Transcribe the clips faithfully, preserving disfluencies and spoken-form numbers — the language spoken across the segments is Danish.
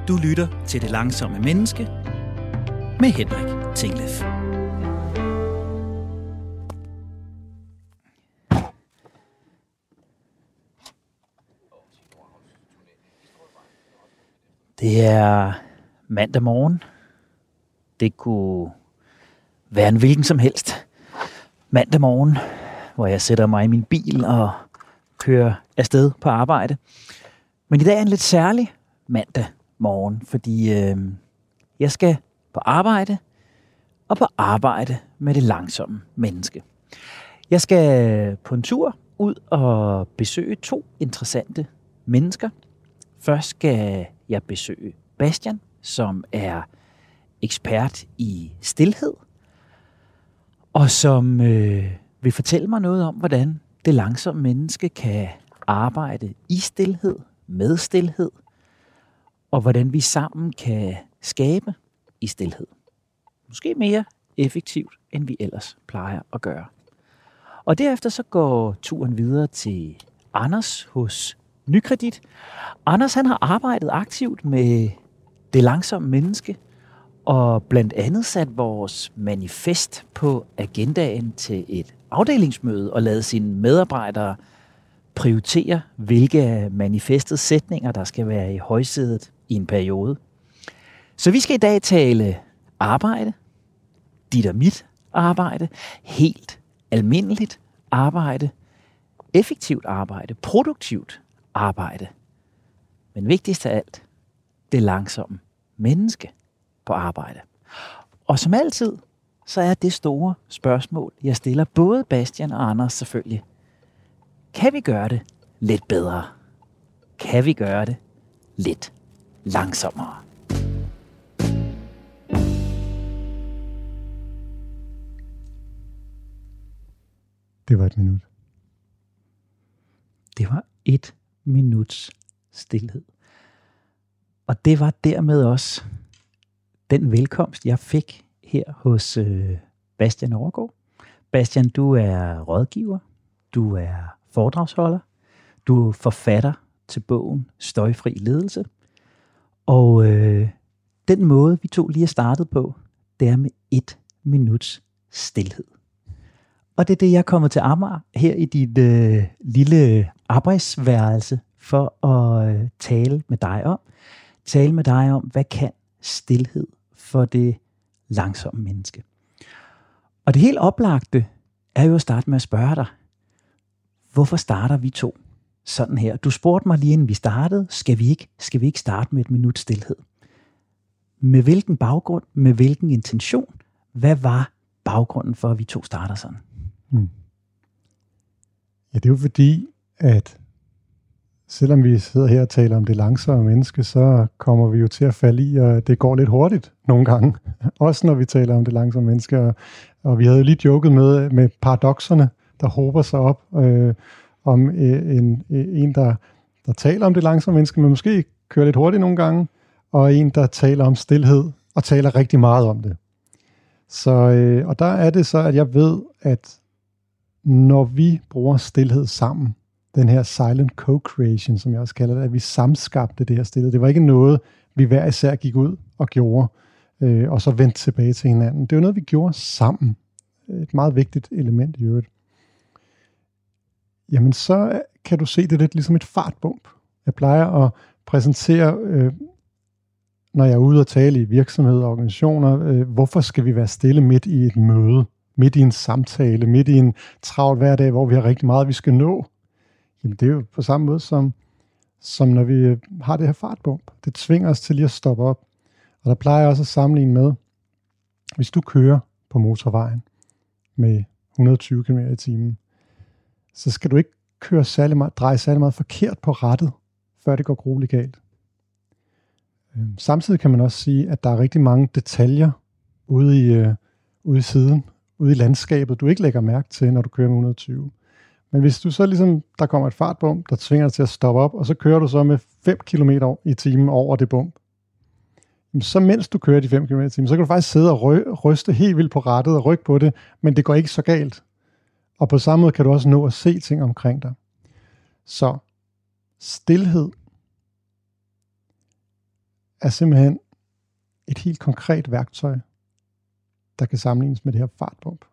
Du lytter til Det Langsomme Menneske med Henrik Tinglef. Det er mandag morgen. Det kunne være en hvilken som helst mandag morgen, hvor jeg sætter mig i min bil og kører afsted på arbejde. Men i dag er en lidt særlig mandag morgen, fordi øh, jeg skal på arbejde og på arbejde med det langsomme menneske. Jeg skal på en tur ud og besøge to interessante mennesker. Først skal jeg besøge Bastian, som er ekspert i stilhed, og som øh, vil fortælle mig noget om, hvordan det langsomme menneske kan arbejde i stilhed, med stilhed, og hvordan vi sammen kan skabe i stilhed. Måske mere effektivt, end vi ellers plejer at gøre. Og derefter så går turen videre til Anders hos Nykredit. Anders han har arbejdet aktivt med det langsomme menneske, og blandt andet sat vores manifest på agendaen til et afdelingsmøde og ladet sine medarbejdere prioritere, hvilke af manifestets sætninger, der skal være i højsædet i en periode. Så vi skal i dag tale arbejde, dit og mit arbejde, helt almindeligt arbejde, effektivt arbejde, produktivt arbejde. Men vigtigst af alt, det langsomme menneske på arbejde. Og som altid, så er det store spørgsmål, jeg stiller både Bastian og Anders selvfølgelig. Kan vi gøre det lidt bedre? Kan vi gøre det lidt langsommere? Det var et minut. Det var et minuts stilhed. Og det var dermed også den velkomst, jeg fik her hos øh, Bastian Overgaard. Bastian, du er rådgiver, du er foredragsholder, du er forfatter til bogen Støjfri ledelse. Og øh, den måde, vi to lige er startet på, det er med et minuts stilhed. Og det er det, jeg er kommet til Amager her i dit øh, lille arbejdsværelse for at øh, tale med dig om. Tale med dig om, hvad kan stilhed for det langsomme menneske. Og det helt oplagte er jo at starte med at spørge dig, hvorfor starter vi to sådan her? Du spurgte mig lige inden vi startede, skal vi ikke, skal vi ikke starte med et minut stilhed? Med hvilken baggrund, med hvilken intention? Hvad var baggrunden for, at vi to starter sådan? Hmm. Ja, det er jo fordi, at selvom vi sidder her og taler om det langsomme menneske, så kommer vi jo til at falde i, og det går lidt hurtigt nogle gange. Også når vi taler om det langsomme menneske. Og, og vi havde jo lige joket med, med paradokserne, der håber sig op øh, om øh, en, øh, en der, der taler om det langsomme menneske, men måske kører lidt hurtigt nogle gange, og en, der taler om stilhed, og taler rigtig meget om det. Så, øh, og der er det så, at jeg ved, at når vi bruger stilhed sammen, den her silent co-creation, som jeg også kalder det, at vi samskabte det her stilhed. Det var ikke noget, vi hver især gik ud og gjorde, øh, og så vendte tilbage til hinanden. Det var noget, vi gjorde sammen. Et meget vigtigt element i øvrigt. Jamen, så kan du se det lidt ligesom et fartbump. Jeg plejer at præsentere, øh, når jeg er ude og tale i virksomheder og organisationer, øh, hvorfor skal vi være stille midt i et møde, midt i en samtale, midt i en travl hverdag, hvor vi har rigtig meget, vi skal nå. Jamen, det er jo på samme måde, som, som når vi har det her fartbump. Det tvinger os til lige at stoppe op. Og der plejer jeg også at sammenligne med, hvis du kører på motorvejen med et hundrede og tyve kilometer i timen, så skal du ikke køre særlig meget, dreje særlig meget forkert på rattet, før det går grueligt galt. Samtidig kan man også sige, at der er rigtig mange detaljer ude i, øh, ude i siden, ude i landskabet, du ikke lægger mærke til, når du kører med et hundrede og tyve. Men hvis du så ligesom, der kommer et fartbump, der tvinger dig til at stoppe op, og så kører du så med fem kilometer i timen over det bump, så mens du kører de fem kilometer i timen, så kan du faktisk sidde og ryste helt vildt på rattet og rykke på det, men det går ikke så galt. Og på samme måde kan du også nå at se ting omkring dig. Så stilhed er simpelthen et helt konkret værktøj, der kan sammenlignes med det her fartbump.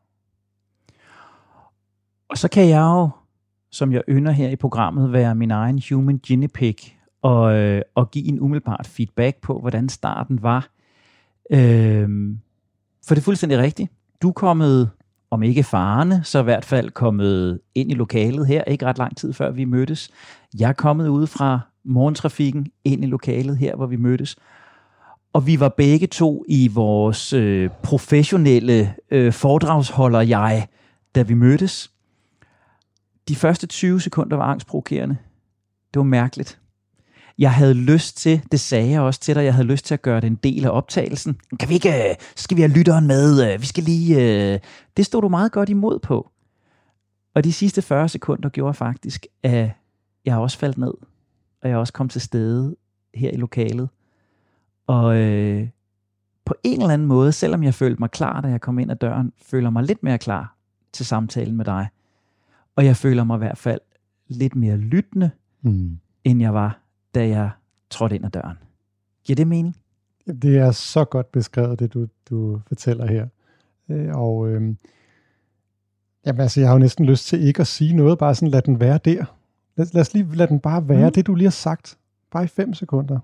Og så kan jeg jo, som jeg ynder her i programmet, være min egen human guinea pig og, øh, og give en umiddelbart feedback på, hvordan starten var. Øhm, for det er fuldstændig rigtigt. Du er kommet, om ikke farende, så i hvert fald kommet ind i lokalet her, ikke ret lang tid før vi mødtes. Jeg er kommet ude fra morgentrafikken ind i lokalet her, hvor vi mødtes. Og vi var begge to i vores øh, professionelle øh, foredragsholder-jeg, da vi mødtes. De første tyve sekunder var angstprovokerende. Det var mærkeligt. Jeg havde lyst til, det sagde jeg også til dig, jeg havde lyst til at gøre det en del af optagelsen. Kan vi ikke, skal vi have lytteren med? Vi skal lige... Det stod du meget godt imod på. Og de sidste fyrre sekunder gjorde faktisk, at jeg også faldt ned. Og jeg også kom til stede her i lokalet. Og øh, på en eller anden måde, selvom jeg følte mig klar, da jeg kom ind ad døren, føler mig lidt mere klar til samtalen med dig. Og jeg føler mig i hvert fald lidt mere lyttende, mm. end jeg var, da jeg trådte ind ad døren. Giver det mening? Det er så godt beskrevet, det du, du fortæller her. Og øh, jamen, altså, jeg har jo næsten lyst til ikke at sige noget, bare sådan lad den være der. Lad, lad os lige lade den bare være, mm. det du lige har sagt. Bare i fem sekunder.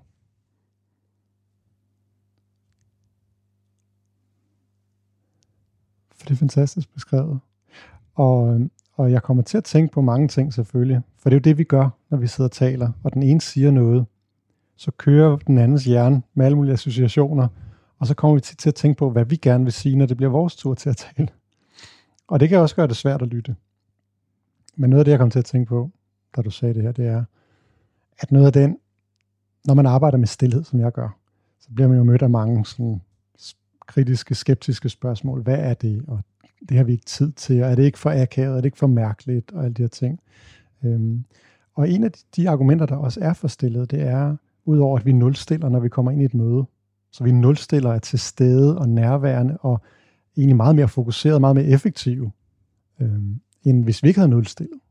For det er fantastisk beskrevet. Og, og jeg kommer til at tænke på mange ting selvfølgelig. For det er jo det, vi gør, når vi sidder og taler. Og den ene siger noget, så kører den andens hjerne med alle mulige associationer. Og så kommer vi til, til at tænke på, hvad vi gerne vil sige, når det bliver vores tur til at tale. Og det kan også gøre det svært at lytte. Men noget af det, jeg kom til at tænke på, da du sagde det her, det er, at noget af den, når man arbejder med stilhed, som jeg gør, så bliver man jo mødt af mange sådan kritiske, skeptiske spørgsmål. Hvad er det? Og det har vi ikke tid til. Og er det ikke for akavet? Er det ikke for mærkeligt? Og alle de her ting. Øhm, og en af de, de argumenter, der også er for stilhed, det er, udover at vi nulstiller, når vi kommer ind i et møde. Så vi nulstiller er til stede og nærværende og egentlig meget mere fokuseret, meget mere effektive, øhm, end hvis vi ikke havde nulstillet.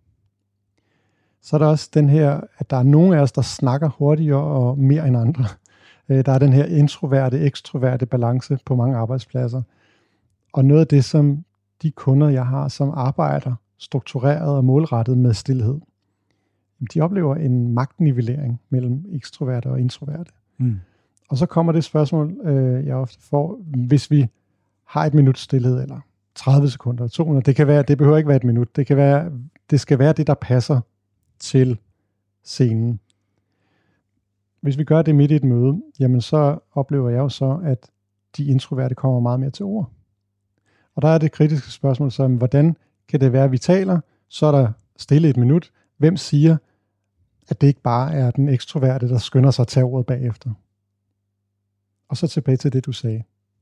Så er der også den her, at der er nogle af os, der snakker hurtigere og mere end andre. Der er den her introverte, ekstroverte balance på mange arbejdspladser. Og noget af det, som de kunder, jeg har, som arbejder struktureret og målrettet med stilhed, de oplever en magtnivellering mellem ekstroverte og introverte. Mm. Og så kommer det spørgsmål, jeg ofte får, hvis vi har et minut stillhed, eller tredive sekunder, to hundrede, det kan være, det behøver ikke være et minut, det kan være, det skal være det, der passer til scenen. Hvis vi gør det midt i et møde, jamen så oplever jeg jo så, at de introverte kommer meget mere til ord. Og der er det kritiske spørgsmål, så hvordan kan det være, at vi taler, så er der stille et minut. Hvem siger, at det ikke bare er den ekstroverte, der skynder sig at tage ordet bagefter? Og så tilbage til det, du sagde.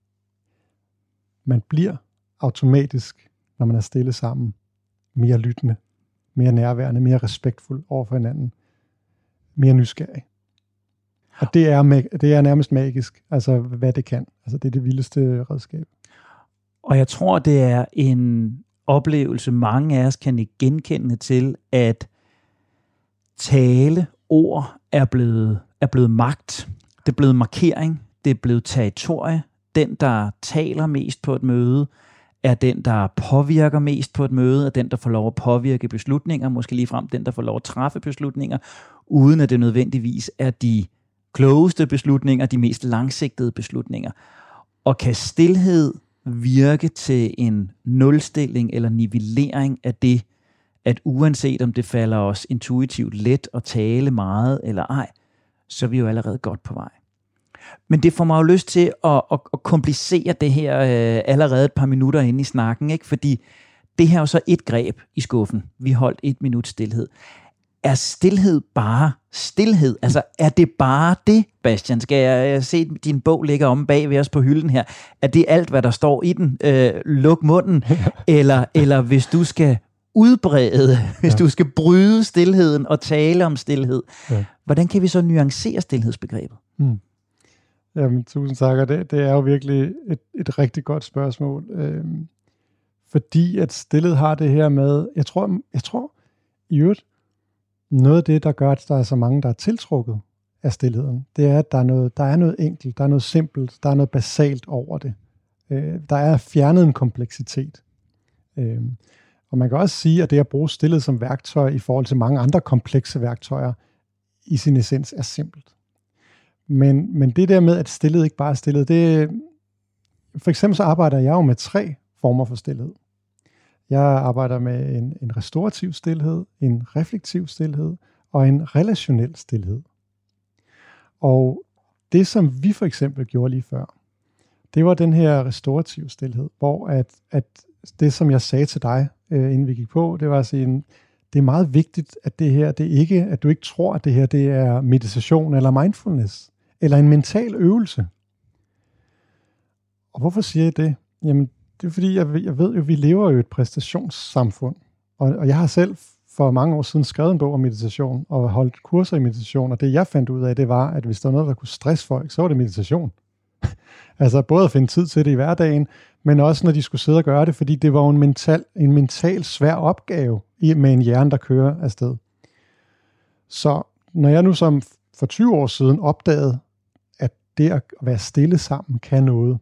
Man bliver automatisk, når man er stille sammen, mere lyttende, mere nærværende, mere respektfuld over for hinanden, mere nysgerrig. Og det er, det er nærmest magisk, altså hvad det kan. Altså det er det vildeste redskab. Og jeg tror, det er en oplevelse, mange af os kan genkende til, at tale, ord er blevet, er blevet magt. Det er blevet markering. Det er blevet territorie. Den, der taler mest på et møde, er den, der påvirker mest på et møde, er den, der får lov at påvirke beslutninger, måske ligefrem den, der får lov at træffe beslutninger, uden at det nødvendigvis er de klogeste beslutninger, de mest langsigtede beslutninger. Og kan stilhed virke til en nulstilling eller nivellering af det, at uanset om det falder os intuitivt let at tale meget eller ej, så er vi jo allerede godt på vej. Men det får mig jo lyst til at, at, at komplicere det her øh, allerede et par minutter inde i snakken, ikke? Fordi det her er jo så et greb i skuffen. Vi holdt et minut stilhed. Er stilhed bare stilhed? Altså, er det bare det, Bastian? Skal jeg se, din bog ligger omme bag ved os på hylden her? Er det alt, hvad der står i den? Øh, luk munden? eller, eller hvis du skal udbrede, hvis ja. du skal bryde stilheden og tale om stilhed, ja. hvordan kan vi så nuancere stilhedsbegrebet? Hmm. Jamen, tusind tak. Det, det er jo virkelig et, et rigtig godt spørgsmål. Øhm, fordi at stilhed har det her med, jeg tror, jeg tror i øvrigt, noget af det, der gør, at der er så mange, der er tiltrukket af stilheden. Det er, at der er, noget, der er noget enkelt, der er noget simpelt, der er noget basalt over det. Øh, der er fjernet en kompleksitet. Øh, og man kan også sige, at det at bruge stilhed som værktøj i forhold til mange andre komplekse værktøjer, i sin essens er simpelt. Men, men det der med, at stilhed ikke bare er stilhed, det for eksempel så arbejder jeg jo med tre former for stilhed. Jeg arbejder med en, en restaurativ stilhed, en reflektiv stilhed og en relationel stilhed. Og det, som vi for eksempel gjorde lige før, det var den her restaurative stilhed, hvor at, at det, som jeg sagde til dig, øh, inden vi gik på, det var at sige, det er meget vigtigt, at det her, det er ikke, at du ikke tror, at det her, det er meditation eller mindfulness, eller en mental øvelse. Og hvorfor siger jeg det? Jamen, det er fordi, jeg, jeg ved jo, at vi lever jo i et præstationssamfund. Og, og jeg har selv for mange år siden skrevet en bog om meditation, og holdt kurser i meditation, og det jeg fandt ud af, det var, at hvis der var noget, der kunne stresse folk, så var det meditation. Altså både at finde tid til det i hverdagen, men også når de skulle sidde og gøre det, fordi det var en mental, en mental svær opgave med en hjerne, der kører afsted. Så når jeg nu som for tyve år siden opdagede, at det at være stille sammen kan noget,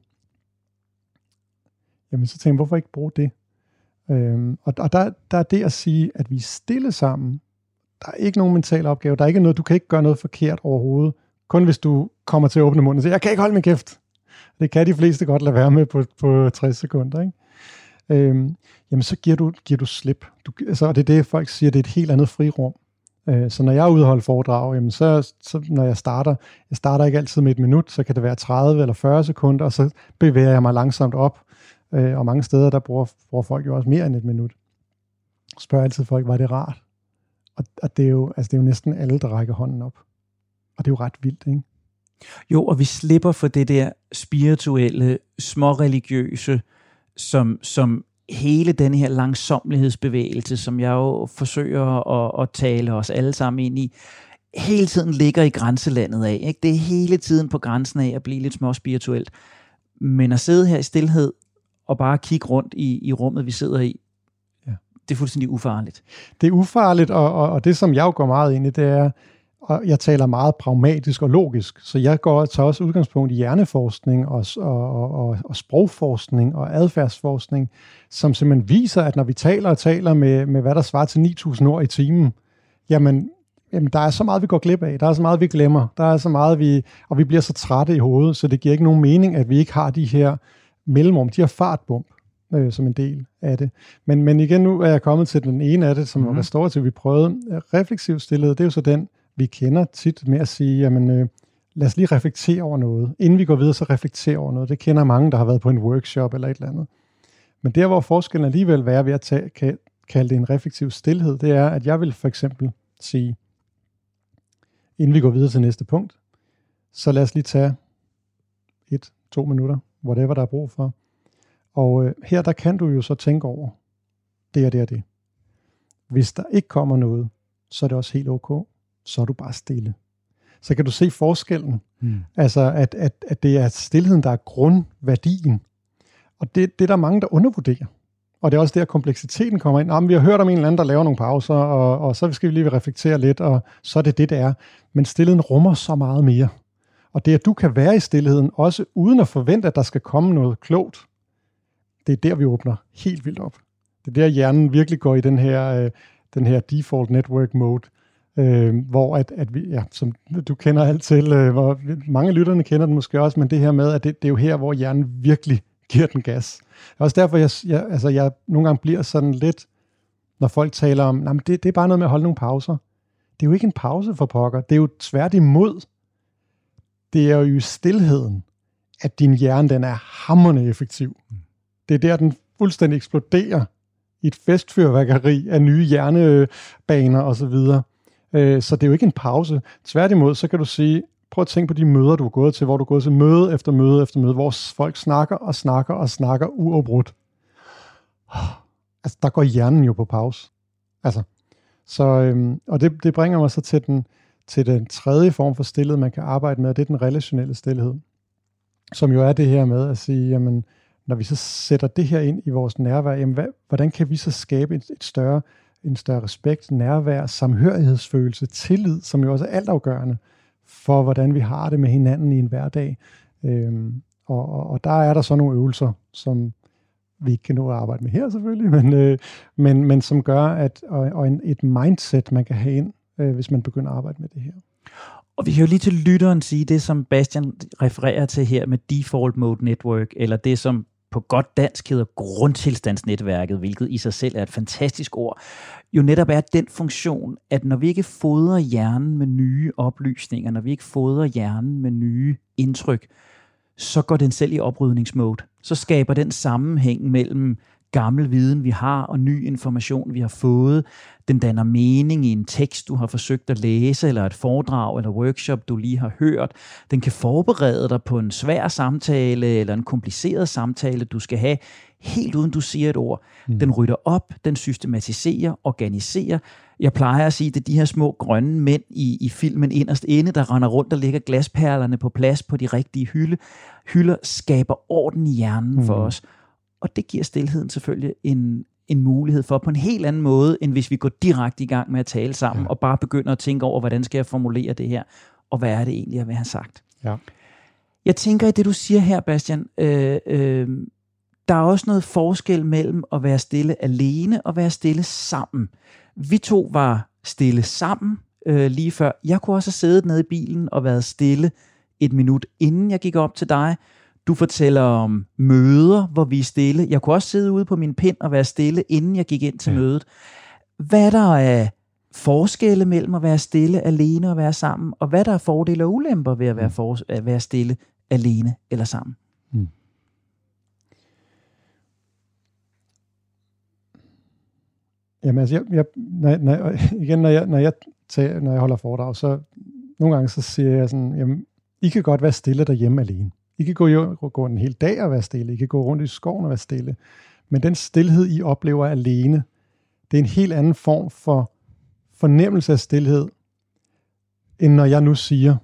jamen så tænkte jeg, hvorfor ikke bruge det? Øhm, og og der, der er det at sige, at vi er stille sammen. Der er ikke nogen mental opgave. Der er ikke noget, du kan ikke gøre noget forkert overhovedet. Kun hvis du kommer til at åbne munden og siger, jeg kan ikke holde min kæft. Det kan de fleste godt lade være med på, på tres sekunder. Ikke? Øhm, jamen så giver du, giver du slip. Du, altså, og det er det, folk siger, det er et helt andet frirum. Øh, så når jeg er ude og holde foredrag, jamen så, så når jeg starter, jeg starter ikke altid med et minut, så kan det være tredive eller fyrre sekunder, og så bevæger jeg mig langsomt op. Øh, og mange steder, der bruger, bruger folk jo også mere end et minut. Spørger altid folk, var det rart? Og, og det, er jo, altså det er jo næsten alle, der rækker hånden op. Og det er jo ret vildt, ikke? Jo, og vi slipper for det der spirituelle, småreligiøse, som, som hele den her langsomlighedsbevægelse, som jeg jo forsøger at, at tale os alle sammen ind i, hele tiden ligger i grænselandet af. Ikke? Det er hele tiden på grænsen af at blive lidt småspirituelt. Men at sidde her i stilhed og bare kigge rundt i, i rummet, vi sidder i, ja. Det er fuldstændig ufarligt. Det er ufarligt, og, og, og det, som jeg jo går meget ind i, det er, og jeg taler meget pragmatisk og logisk, så jeg går tager også udgangspunkt i hjerneforskning og, og, og, og sprogforskning og adfærdsforskning, som simpelthen viser, at når vi taler og taler med, med hvad der svarer til ni tusind ord i timen, jamen, jamen der er så meget, vi går glip af, der er så meget, vi glemmer, der er så meget, vi, og vi bliver så trætte i hovedet, så det giver ikke nogen mening, at vi ikke har de her mellemrum, de her fartbump øh, som en del af det. Men, men igen, nu er jeg kommet til den ene af det, som mm-hmm. var restaurativ, vi prøvede. Refleksiv stilhed, det er jo så den, vi kender tit med at sige, jamen øh, lad os lige reflektere over noget. Inden vi går videre, så reflektere over noget. Det kender mange, der har været på en workshop eller et eller andet. Men der, hvor forskellen alligevel være ved at tage, kan, kalde det en refleksiv stilhed, det er, at jeg vil for eksempel sige, inden vi går videre til næste punkt, så lad os lige tage et, to minutter, whatever der er brug for. Og øh, her, der kan du jo så tænke over, det og det og det. Hvis der ikke kommer noget, så er det også helt ok. Så er du bare stille. Så kan du se forskellen. Mm. Altså, at, at, at det er stilheden, der er grundværdien. Og det, det er der mange, der undervurderer. Og det er også der, kompleksiteten kommer ind. Jamen, vi har hørt om en eller anden, der laver nogle pauser, og, og så skal vi lige reflektere lidt, og så er det det, det er. Men stilheden rummer så meget mere. Og det, at du kan være i stilheden, også uden at forvente, at der skal komme noget klogt, det er der, vi åbner helt vildt op. Det er der, hjernen virkelig går i den her, øh, den her default network mode, øh, hvor at, at vi, ja, som du kender alt til, øh, hvor mange af lytterne kender den måske også, men det her med, at det, det er jo her, hvor hjernen virkelig giver den gas. Det er også derfor, jeg, jeg, altså, jeg nogle gange bliver sådan lidt, når folk taler om, nej, men det, det er bare noget med at holde nogle pauser. Det er jo ikke en pause for pokker. Det er jo tværtimod. Det er jo i stilheden, at din hjerne, den er hamrende effektiv. Det er der, den fuldstændig eksploderer i et festfyrværkeri af nye hjernebaner osv. Så det er jo ikke en pause. Tværtimod, så kan du sige, prøv at tænke på de møder, du er gået til, hvor du er gået til møde efter møde efter møde, hvor folk snakker og snakker og snakker uafbrudt. Altså, der går hjernen jo på pause. Altså, så, øhm, og det, det bringer mig så til den, til den tredje form for stilhed, man kan arbejde med, og det er den relationelle stilhed. Som jo er det her med at sige, jamen, når vi så sætter det her ind i vores nærvær, jamen, hvad, hvordan kan vi så skabe et, et større, en større respekt, nærvær, samhørighedsfølelse, tillid, som jo også er altafgørende for, hvordan vi har det med hinanden i en hverdag. Øhm, og, og, og der er der så nogle øvelser, som vi ikke kan nå at arbejde med her selvfølgelig, men, øh, men, men som gør, at og, og en, et mindset, man kan have ind, øh, hvis man begynder at arbejde med det her. Og vi kan jo lige til lytteren sige, det som Bastian refererer til her med Default Mode Network, eller det som på godt dansk hedder grundtilstandsnetværket, hvilket i sig selv er et fantastisk ord, jo netop er den funktion, at når vi ikke fodrer hjernen med nye oplysninger, når vi ikke fodrer hjernen med nye indtryk, så går den selv i oprydningsmode. Så skaber den sammenhæng mellem gammel viden, vi har, og ny information, vi har fået. Den danner mening i en tekst, du har forsøgt at læse, eller et foredrag, eller workshop, du lige har hørt. Den kan forberede dig på en svær samtale, eller en kompliceret samtale, du skal have, helt uden du siger et ord. Mm. Den rydder op, den systematiserer, organiserer. Jeg plejer at sige, at det er de her små grønne mænd i, i filmen inderst inde, der render rundt og lægger glasperlerne på plads på de rigtige hylde. Hylder skaber orden i hjernen mm. for os. Og det giver stilheden selvfølgelig en, en mulighed for på en helt anden måde, end hvis vi går direkte i gang med at tale sammen, ja. Og bare begynder at tænke over, hvordan skal jeg formulere det her, og hvad er det egentlig, jeg vil have sagt. Ja. Jeg tænker i det, du siger her, Bastian, øh, øh, der er også noget forskel mellem at være stille alene og være stille sammen. Vi to var stille sammen øh, lige før. Jeg kunne også have siddet nede i bilen og været stille et minut, inden jeg gik op til dig. Du fortæller om møder, hvor vi er stille. Jeg kunne også sidde ude på min pind og være stille, inden jeg gik ind til ja. mødet. Hvad der er forskelle mellem at være stille alene og være sammen, og hvad der er fordele og ulemper ved at være, for, at være stille alene eller sammen? Hmm. Jamen altså, jeg, jeg, når, når, igen, når jeg, når, jeg tager, når jeg holder foredrag, så nogle gange så siger jeg sådan, jamen, I kan godt være stille derhjemme alene. I kan gå, gå en hel dag og være stille. I kan gå rundt i skoven og være stille. Men den stilhed, I oplever alene, det er en helt anden form for fornemmelse af stilhed, end når jeg nu siger,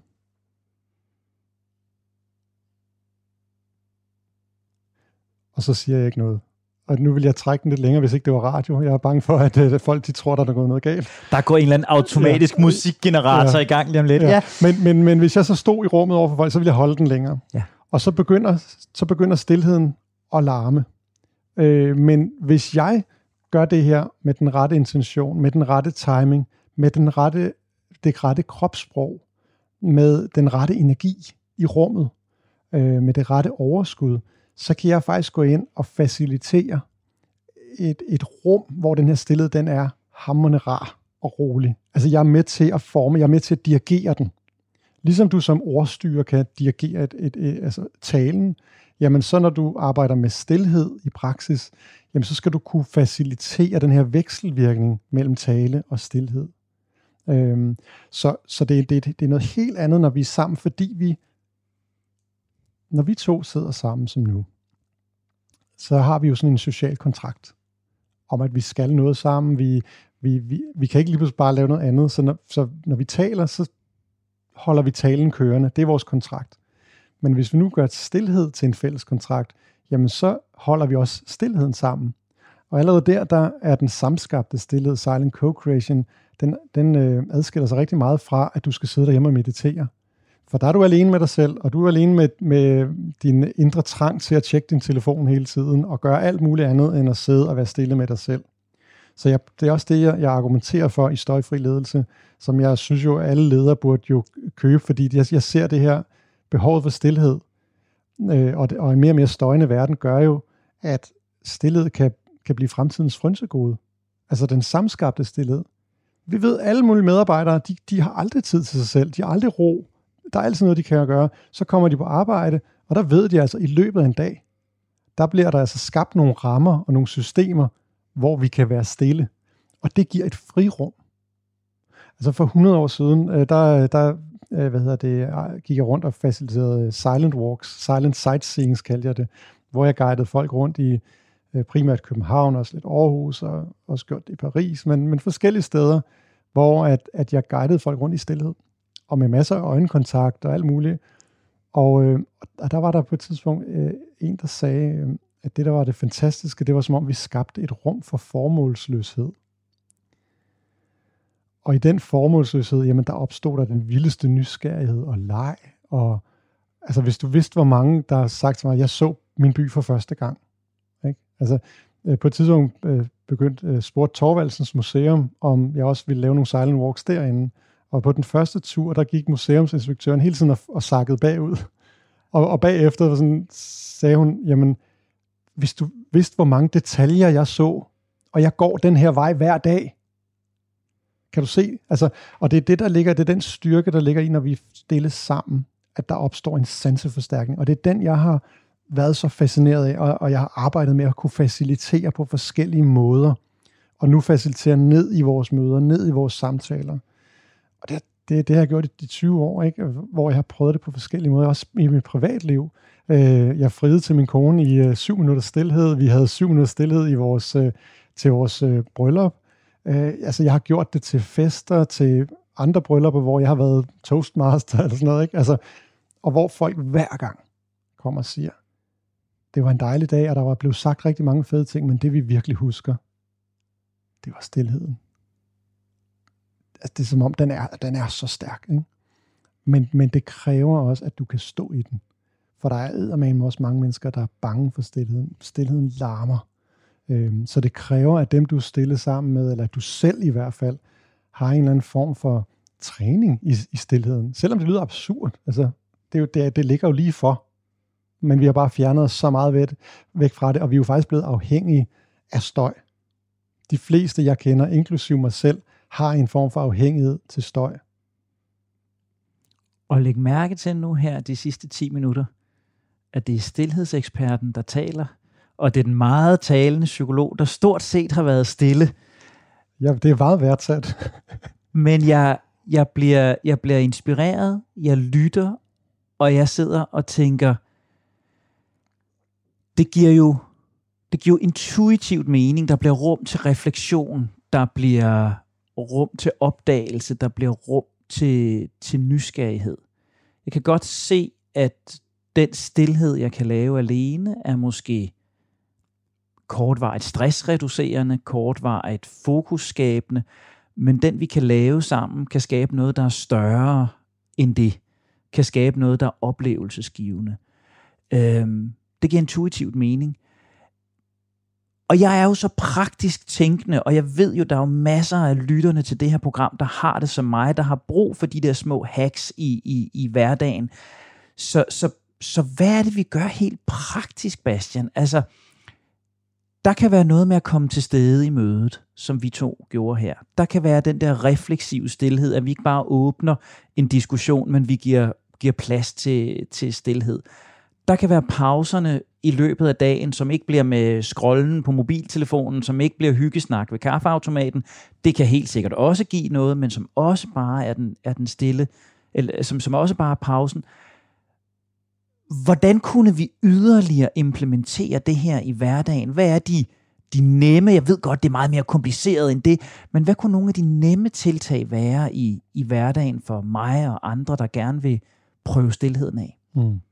og så siger jeg ikke noget. Og nu vil jeg trække den lidt længere, hvis ikke det var radio. Jeg er bange for, at uh, folk de tror, der er gået noget galt. Der går en eller anden automatisk ja. musikgenerator ja. i gang lige om lidt. Ja. Ja. Men, men, men hvis jeg så stod i rummet over for folk, så ville jeg holde den længere. Ja. Og så begynder, så begynder stilheden at larme. Øh, men hvis jeg gør det her med den rette intention, med den rette timing, med den rette, det rette kropssprog, med den rette energi i rummet, øh, med det rette overskud, så kan jeg faktisk gå ind og facilitere et, et rum, hvor den her stilhed, den er hamrende rar og rolig. Altså jeg er med til at forme, jeg er med til at dirigere den. Ligesom du som ordstyrer kan dirigere et, et, et, altså talen, jamen så når du arbejder med stilhed i praksis, jamen så skal du kunne facilitere den her vekselvirkning mellem tale og stilhed. Øhm, så så det, det, det er noget helt andet, når vi er sammen, fordi vi, når vi to sidder sammen som nu, så har vi jo sådan en social kontrakt om, at vi skal noget sammen. Vi, vi, vi, vi kan ikke lige pludselig bare lave noget andet. Så når, så når vi taler, så holder vi talen kørende. Det er vores kontrakt. Men hvis vi nu gør stilhed til en fælles kontrakt, jamen så holder vi også stilheden sammen. Og allerede der, der er den samskabte stilhed, silent co-creation, den, den øh, adskiller sig rigtig meget fra, at du skal sidde derhjemme og meditere. For der er du alene med dig selv, og du er alene med, med din indre trang til at tjekke din telefon hele tiden, og gøre alt muligt andet, end at sidde og være stille med dig selv. Så jeg, det er også det, jeg, jeg argumenterer for i støjfri ledelse, som jeg synes jo, alle ledere burde jo købe, fordi jeg, jeg ser det her behovet for stilhed, øh, og, det, og en mere og mere støjende verden gør jo, at stilhed kan, kan blive fremtidens frynsegode. Altså den samskabte stilhed. Vi ved, alle mulige medarbejdere, de, de har aldrig tid til sig selv, de har aldrig ro. Der er altid noget, de kan gøre. Så kommer de på arbejde, og der ved de altså, i løbet af en dag, der bliver der altså skabt nogle rammer og nogle systemer, hvor vi kan være stille. Og det giver et frirum. Altså for hundrede år siden, der, der hvad hedder det, gik jeg rundt og faciliterede silent walks, silent sightseeing kaldte jeg det, hvor jeg guidede folk rundt i primært København, også lidt Aarhus, og også gjort det i Paris, men, men forskellige steder, hvor at, at jeg guidede folk rundt i stilhed, og med masser af øjenkontakt og alt muligt. Og, øh, og der var der på et tidspunkt øh, en, der sagde, øh, at det, der var det fantastiske, det var som om, vi skabte et rum for formålsløshed. og i den formålsløshed, jamen der opstod der den vildeste nysgerrighed og leg. Og altså hvis du vidste, hvor mange, der har sagt til mig, jeg så min by for første gang. Ikke? Altså på et tidspunkt øh, begyndte øh, spurgte Thorvaldsens Museum, om jeg også ville lave nogle silent walks derinde. Og på den første tur, der gik museumsinspektøren hele tiden og, og sakkede bagud. Og, og bagefter sådan, sagde hun, jamen, hvis du vidste, hvor mange detaljer jeg så, og jeg går den her vej hver dag, kan du se? Altså, og det er det, der ligger, det er den styrke, der ligger i, når vi stilles sammen, at der opstår en sanseforstærkning. Og det er den, jeg har været så fascineret af, og, og jeg har arbejdet med at kunne facilitere på forskellige måder, og nu facilitere ned i vores møder, ned i vores samtaler. Og det, det, det har jeg gjort i de tyve år, ikke? Hvor jeg har prøvet det på forskellige måder, også i mit privatliv. Jeg friede til min kone i syv minutter stilhed. Vi havde syv minutter stilhed i vores, til vores bryllup. Altså, jeg har gjort det til fester, til andre bryllupper, hvor jeg har været toastmaster eller sådan noget, ikke? Altså, og hvor folk hver gang kommer og siger, det var en dejlig dag, og der var blevet sagt rigtig mange fede ting, men det vi virkelig husker, det var stilheden. Altså, det er som om, den er, den er så stærk, ikke? Men, men det kræver også, at du kan stå i den. For der er eddermame også mange mennesker, der er bange for stilheden. Stilheden larmer. Øhm, så det kræver, at dem, du er stille sammen med, eller at du selv i hvert fald, har en eller anden form for træning i, i stilheden. Selvom det lyder absurd. Altså, det, er jo, det, det ligger jo lige for. Men vi har bare fjernet os så meget væk, væk fra det, og vi er jo faktisk blevet afhængige af støj. De fleste, jeg kender, inklusive mig selv, har en form for afhængighed til støj. Og læg mærke til nu her de sidste ti minutter, at det er stilhedseksperten, der taler, og det er den meget talende psykolog, der stort set har været stille. Ja, det er meget værdsat. Men jeg, jeg, bliver, jeg bliver inspireret, jeg lytter, og jeg sidder og tænker, det giver jo, det giver jo intuitivt mening, der bliver rum til refleksion, der bliver rum til opdagelse, der bliver rum til, til nysgerrighed. Jeg kan godt se, at den stilhed, jeg kan lave alene, er måske kortvarigt stressreducerende, kortvarigt fokusskabende, men den, vi kan lave sammen, kan skabe noget, der er større end det. Kan skabe noget, der er oplevelsesgivende. Øhm, det giver intuitivt mening. Og jeg er jo så praktisk tænkende, og jeg ved jo, der er jo masser af lytterne til det her program, der har det som mig, der har brug for de der små hacks i, i, i hverdagen. Så, så, så hvad er det, vi gør helt praktisk, Bastian? Altså, der kan være noget med at komme til stede i mødet, som vi to gjorde her. Der kan være den der refleksive stilhed, at vi ikke bare åbner en diskussion, men vi giver, giver plads til, til stilhed. Der kan være pauserne i løbet af dagen, som ikke bliver med scrollen på mobiltelefonen, som ikke bliver hyggesnak ved kaffeautomaten. Det kan helt sikkert også give noget, men som også bare er den, er den stille, eller som, som også bare er pausen. Hvordan kunne vi yderligere implementere det her i hverdagen? Hvad er de, de nemme, jeg ved godt, det er meget mere kompliceret end det, men hvad kunne nogle af de nemme tiltag være i, i hverdagen for mig og andre, der gerne vil prøve stilheden af? Mm.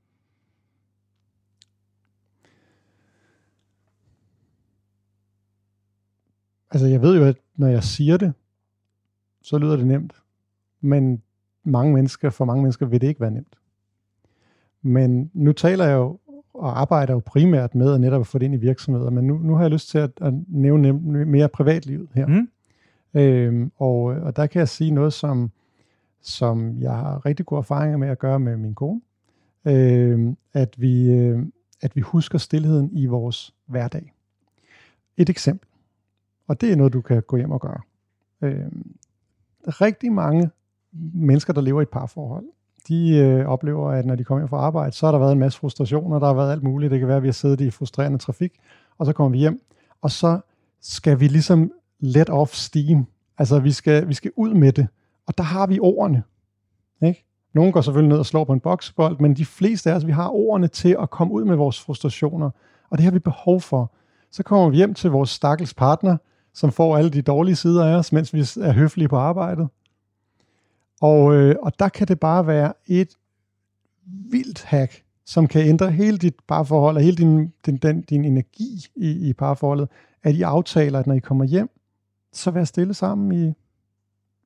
Altså, jeg ved jo, at når jeg siger det, så lyder det nemt. Men mange mennesker, for mange mennesker vil det ikke være nemt. Men nu taler jeg jo og arbejder jo primært med at netop få det ind i virksomheder, men nu, nu har jeg lyst til at, at nævne mere privatlivet her. Mm. Øhm, og, og der kan jeg sige noget, som, som jeg har rigtig gode erfaringer med at gøre med min kone. Øhm, at, vi, øh, at vi husker stilheden i vores hverdag. Et eksempel. Og det er noget, du kan gå hjem og gøre. Øhm, rigtig mange mennesker, der lever i et parforhold, de øh, oplever, at når de kommer hjem fra arbejde, så har der været en masse frustrationer, der har været alt muligt. Det kan være, at vi har siddet i frustrerende trafik, og så kommer vi hjem, og så skal vi ligesom let off steam. Altså, vi skal, vi skal ud med det. Og der har vi ordene. Ikke? Nogle går selvfølgelig ned og slår på en boksebold, men de fleste af os, vi har ordene til at komme ud med vores frustrationer, og det har vi behov for. Så kommer vi hjem til vores stakkels partner, som får alle de dårlige sider af os, mens vi er høflige på arbejdet. Og, øh, og der kan det bare være et vildt hack, som kan ændre hele dit parforhold, og hele din, din, din, din energi i, i parforholdet, at I aftaler, at når I kommer hjem, så vær stille sammen i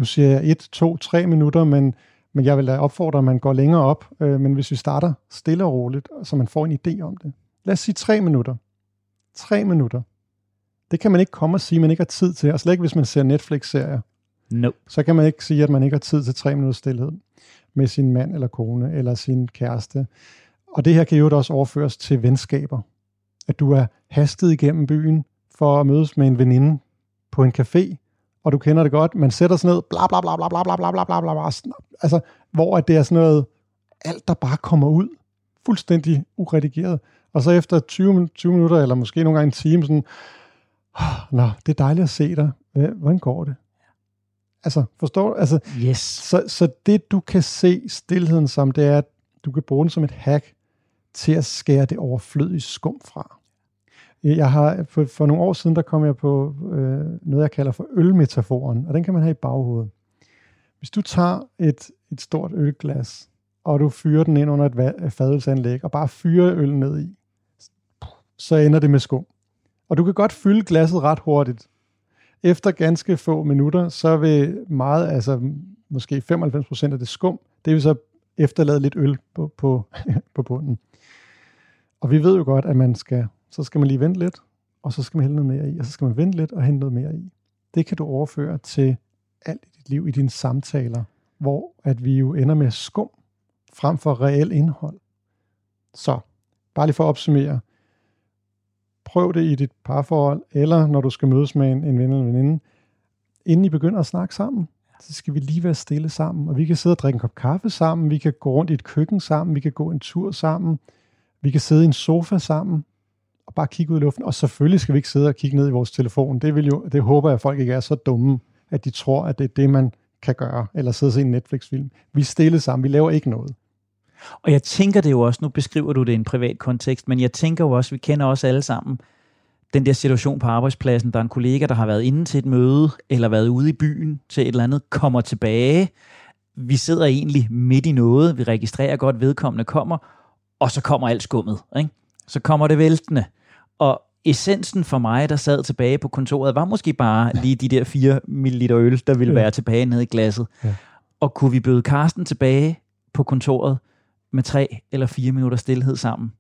nu siger jeg et, to, tre minutter, men, men jeg vil da opfordre, at man går længere op. Øh, men hvis vi starter stille og roligt, så man får en idé om det. Lad os sige tre minutter. Tre minutter. Det kan man ikke komme og sige, at man ikke har tid til. Og slet ikke, hvis man ser Netflix-serier. No. Så kan man ikke sige, at man ikke har tid til tre minutter stillhed med sin mand eller kone eller sin kæreste. Og det her kan jo også overføres til venskaber. At du er hastet igennem byen for at mødes med en veninde på en café, og du kender det godt. Man sætter sig ned, bla bla bla bla bla bla bla bla bla bla bla, altså, hvor det er sådan noget, alt der bare kommer ud, fuldstændig uredigeret. Og så efter tyve, tyve minutter, eller måske nogle gange en time, sådan, nå, det er dejligt at se dig. Hvordan går det? Altså, forstår du? Altså, yes. så, så det, du kan se stilheden som, det er, at du kan bruge den som et hack til at skære det overflødige skum fra. Jeg har, for, for nogle år siden, der kom jeg på øh, noget, jeg kalder for ølmetaforen, og den kan man have i baghovedet. Hvis du tager et, et stort ølglas, og du fyrer den ind under et fadelsanlæg, og bare fyrer øllen ned i, så ender det med skum. Og du kan godt fylde glasset ret hurtigt. Efter ganske få minutter, så vil meget, altså måske femoghalvfems procent af det skum, det vil så efterlade lidt øl på, på, på bunden. Og vi ved jo godt, at man skal, så skal man lige vente lidt, og så skal man hælde noget mere i, og så skal man vente lidt og hente noget mere i. Det kan du overføre til alt i dit liv, i dine samtaler, hvor at vi jo ender med skum, frem for reel indhold. Så, bare lige for at opsummere. Prøv det i dit parforhold, eller når du skal mødes med en, en ven eller veninde. Inden I begynder at snakke sammen, så skal vi lige være stille sammen, og vi kan sidde og drikke en kop kaffe sammen, vi kan gå rundt i et køkken sammen, vi kan gå en tur sammen, vi kan sidde i en sofa sammen, og bare kigge ud i luften. Og selvfølgelig skal vi ikke sidde og kigge ned i vores telefon. Det, vil jo, det håber jeg, at folk ikke er så dumme, at de tror, at det er det, man kan gøre, eller sidde og se en Netflix-film. Vi er stille sammen, vi laver ikke noget. Og jeg tænker det jo også, nu beskriver du det i en privat kontekst, men jeg tænker jo også, vi kender også alle sammen den der situation på arbejdspladsen, der er en kollega, der har været inde til et møde, eller været ude i byen til et eller andet, kommer tilbage. Vi sidder egentlig midt i noget, vi registrerer godt, vedkommende kommer, og så kommer alt skummet, ikke? Så kommer det væltende. Og essensen for mig, der sad tilbage på kontoret, var måske bare lige de der fire milliliter øl, der ville være tilbage nede i glasset. Ja. Og kunne vi bøde Karsten tilbage på kontoret med tre eller fire minutter stillhed sammen,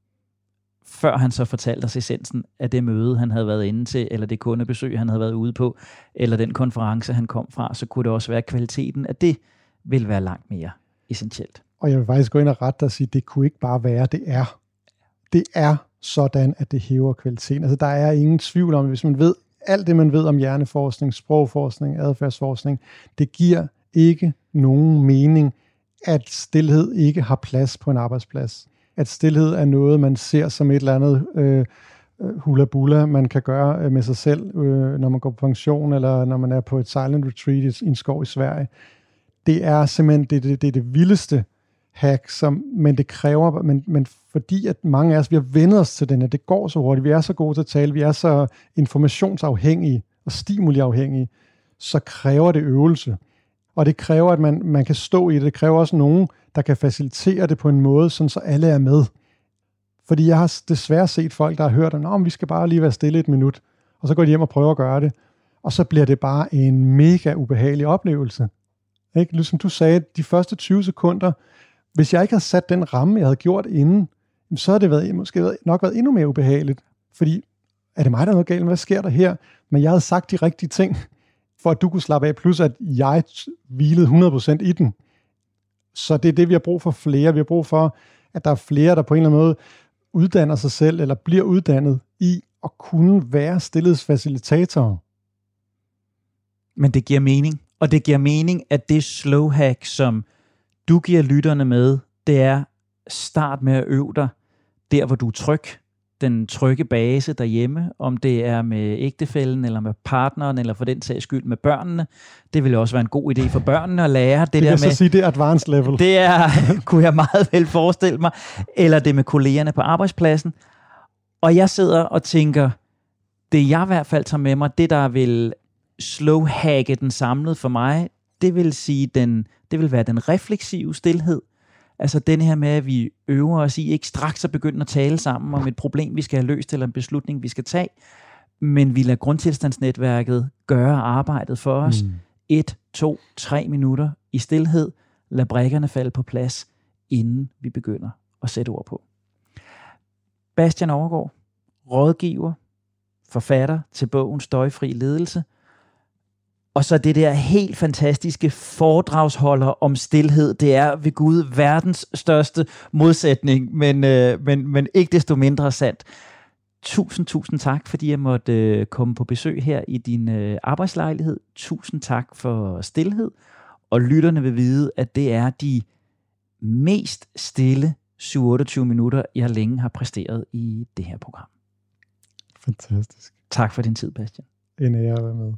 før han så fortalte os essensen af det møde, han havde været inde til, eller det kundebesøg, han havde været ude på, eller den konference, han kom fra, så kunne det også være kvaliteten af det, vil være langt mere essentielt. Og jeg vil faktisk gå ind og rette dig og sige, det kunne ikke bare være, det er. Det er sådan, at det hæver kvaliteten. Altså, der er ingen tvivl om, hvis man ved, alt det, man ved om hjerneforskning, sprogforskning, adfærdsforskning, det giver ikke nogen mening, at stilhed ikke har plads på en arbejdsplads. At stilhed er noget, man ser som et eller andet øh, hula-bula, man kan gøre med sig selv, øh, når man går på pension, eller når man er på et silent retreat i en skov i Sverige. Det er simpelthen det, det, det, er det vildeste hack, som, men det kræver, men, men fordi at mange af os, vi har vendt os til den, at det går så hurtigt, vi er så gode til at tale, vi er så informationsafhængige og stimuliafhængige, så kræver det øvelse. Og det kræver, at man, man kan stå i det. Det kræver også nogen, der kan facilitere det på en måde, sådan så alle er med. Fordi jeg har desværre set folk, der har hørt, at vi skal bare lige være stille et minut, og så går de hjem og prøver at gøre det. Og så bliver det bare en mega ubehagelig oplevelse. Ikke? Ligesom du sagde, de første tyve sekunder, hvis jeg ikke havde sat den ramme, jeg havde gjort inden, så havde det været, måske nok været endnu mere ubehageligt. Fordi, er det mig, der er noget galt? Hvad sker der her? Men jeg havde sagt de rigtige ting, for at du kunne slappe af, plus at jeg hvilede hundrede procent i den. Så det er det, vi har brug for flere. Vi har brug for, at der er flere, der på en eller anden måde uddanner sig selv, eller bliver uddannet i at kunne være stillhedsfacilitatorer. Men det giver mening. Og det giver mening, at det slow hack, som du giver lytterne med, det er start med at øve dig der, hvor du er tryg. Den trygge base derhjemme, om det er med ægtefællen, eller med partneren, eller for den sags skyld med børnene. Det vil også være en god idé for børnene at lære. Det, det der vil med, så sige, det er advanced level. Det er, kunne jeg meget vel forestille mig. Eller det med kollegerne på arbejdspladsen. Og jeg sidder og tænker, det jeg i hvert fald tager med mig, det der vil slow-hacke den samlede for mig, det vil sige, den, det vil være den refleksive stilhed. Altså den her med, at vi øver os i ikke straks at begynde at tale sammen om et problem, vi skal have løst, eller en beslutning, vi skal tage, men vi lader grundtilstandsnetværket gøre arbejdet for os, mm. et, to, tre minutter i stilhed. Lad brikkerne falde på plads, inden vi begynder at sætte ord på. Bastian Overgaard, rådgiver, forfatter til bogen Støjfri ledelse, og så det der helt fantastiske foredragsholder om stilhed. Det er ved Gud verdens største modsætning, men, øh, men, men ikke desto mindre sandt. Tusind, tusind tak, fordi jeg måtte øh, komme på besøg her i din øh, arbejdslejlighed. Tusind tak for stilhed, og lytterne vil vide, at det er de mest stille syv otteogtyve minutter, jeg længe har præsteret i det her program. Fantastisk. Tak for din tid, Bastian. En ære at være med.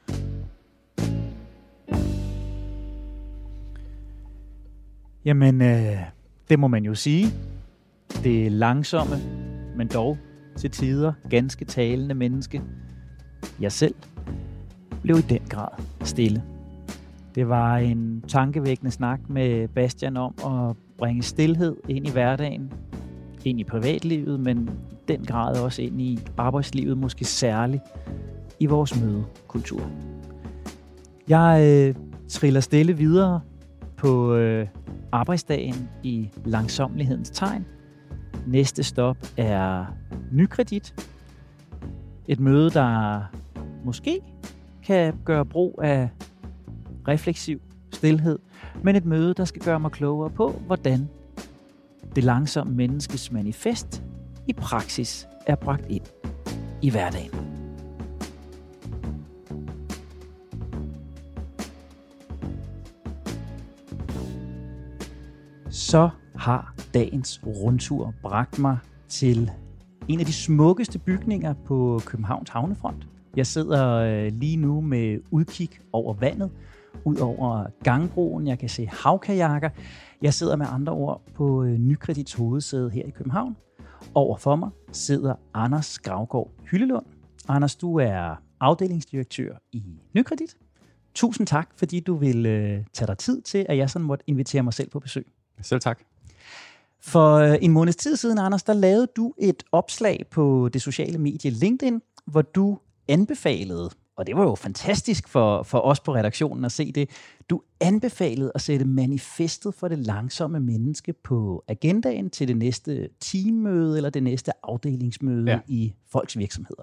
Jamen, øh, det må man jo sige. Det er langsomme, men dog til tider ganske talende menneske. Jeg selv blev i den grad stille. Det var en tankevækkende snak med Bastian om at bringe stilhed ind i hverdagen, ind i privatlivet, men i den grad også ind i arbejdslivet, måske særligt i vores mødekultur. Jeg øh, triller stille videre på øh, arbejdsdagen i langsomlighedens tegn. Næste stop er Nykredit. Et møde, der måske kan gøre brug af refleksiv stilhed, men et møde, der skal gøre mig klogere på, hvordan det langsomme menneskes manifest i praksis er bragt ind i hverdagen. Så har dagens rundtur bragt mig til en af de smukkeste bygninger på Københavns havnefront. Jeg sidder lige nu med udkig over vandet, ud over gangbroen. Jeg kan se havkajakker. Jeg sidder med andre ord på Nykredits hovedsæde her i København. Overfor mig sidder Anders Gravgaard Hyllelund. Anders, du er afdelingsdirektør i Nykredit. Tusind tak, fordi du vil øh, tage dig tid til, at jeg sådan måtte invitere mig selv på besøg. Selv tak. For øh, en måneds tid siden, Anders, der lavede du et opslag på det sociale medie LinkedIn, hvor du anbefalede, og det var jo fantastisk for, for os på redaktionen at se det, du anbefalede at sætte manifestet for det langsomme menneske på agendaen til det næste teammøde eller det næste afdelingsmøde ja. i folks virksomheder.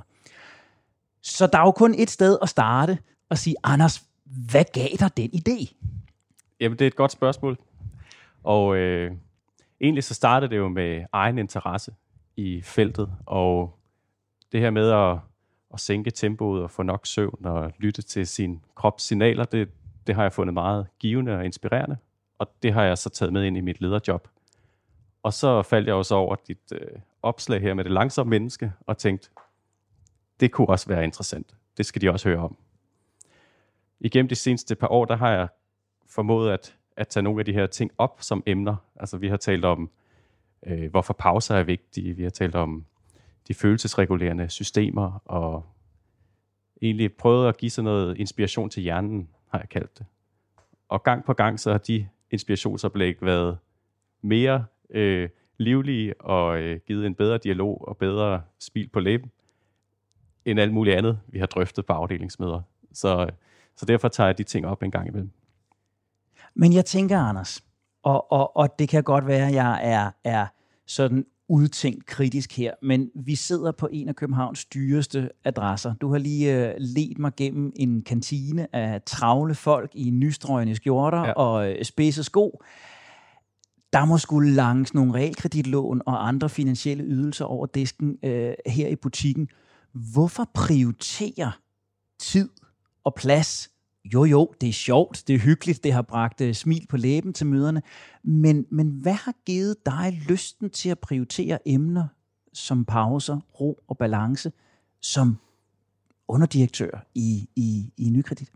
Så der er jo kun et sted at starte og sige, Anders, hvad gav dig den idé? Jamen, det er et godt spørgsmål. Og øh, egentlig så startede det jo med egen interesse i feltet, og det her med at, at sænke tempoet og få nok søvn og lytte til sin krops signaler, det, det har jeg fundet meget givende og inspirerende, og det har jeg så taget med ind i mit lederjob. Og så faldt jeg også over dit øh, opslag her med det langsomme menneske, og tænkte, det kunne også være interessant. Det skal de også høre om. Igennem de seneste par år, der har jeg formået at at tage nogle af de her ting op som emner. Altså vi har talt om, øh, hvorfor pauser er vigtige. Vi har talt om de følelsesregulerende systemer, og egentlig prøvet at give sådan noget inspiration til hjernen, har jeg kaldt det. Og gang på gang, så har de inspirationsoplæg været mere øh, livlige og øh, givet en bedre dialog og bedre smil på læben, end alt muligt andet, vi har drøftet på afdelingsmøder. Så, så derfor tager jeg de ting op en gang imellem. Men jeg tænker, Anders, og, og, og det kan godt være, at jeg er, er sådan udtænkt kritisk her, men vi sidder på en af Københavns dyreste adresser. Du har lige uh, ledt mig gennem en kantine af travle folk i nystrøgne skjorter ja. og uh, spidse sko. Der må skulle langes nogle realkreditlån og andre finansielle ydelser over disken uh, her i butikken. Hvorfor prioritere tid og plads? Jo, jo, det er sjovt, det er hyggeligt, det har bragt uh, smil på læben til møderne, men, men hvad har givet dig lysten til at prioritere emner som pauser, ro og balance som underdirektør i, i, i Nykredit?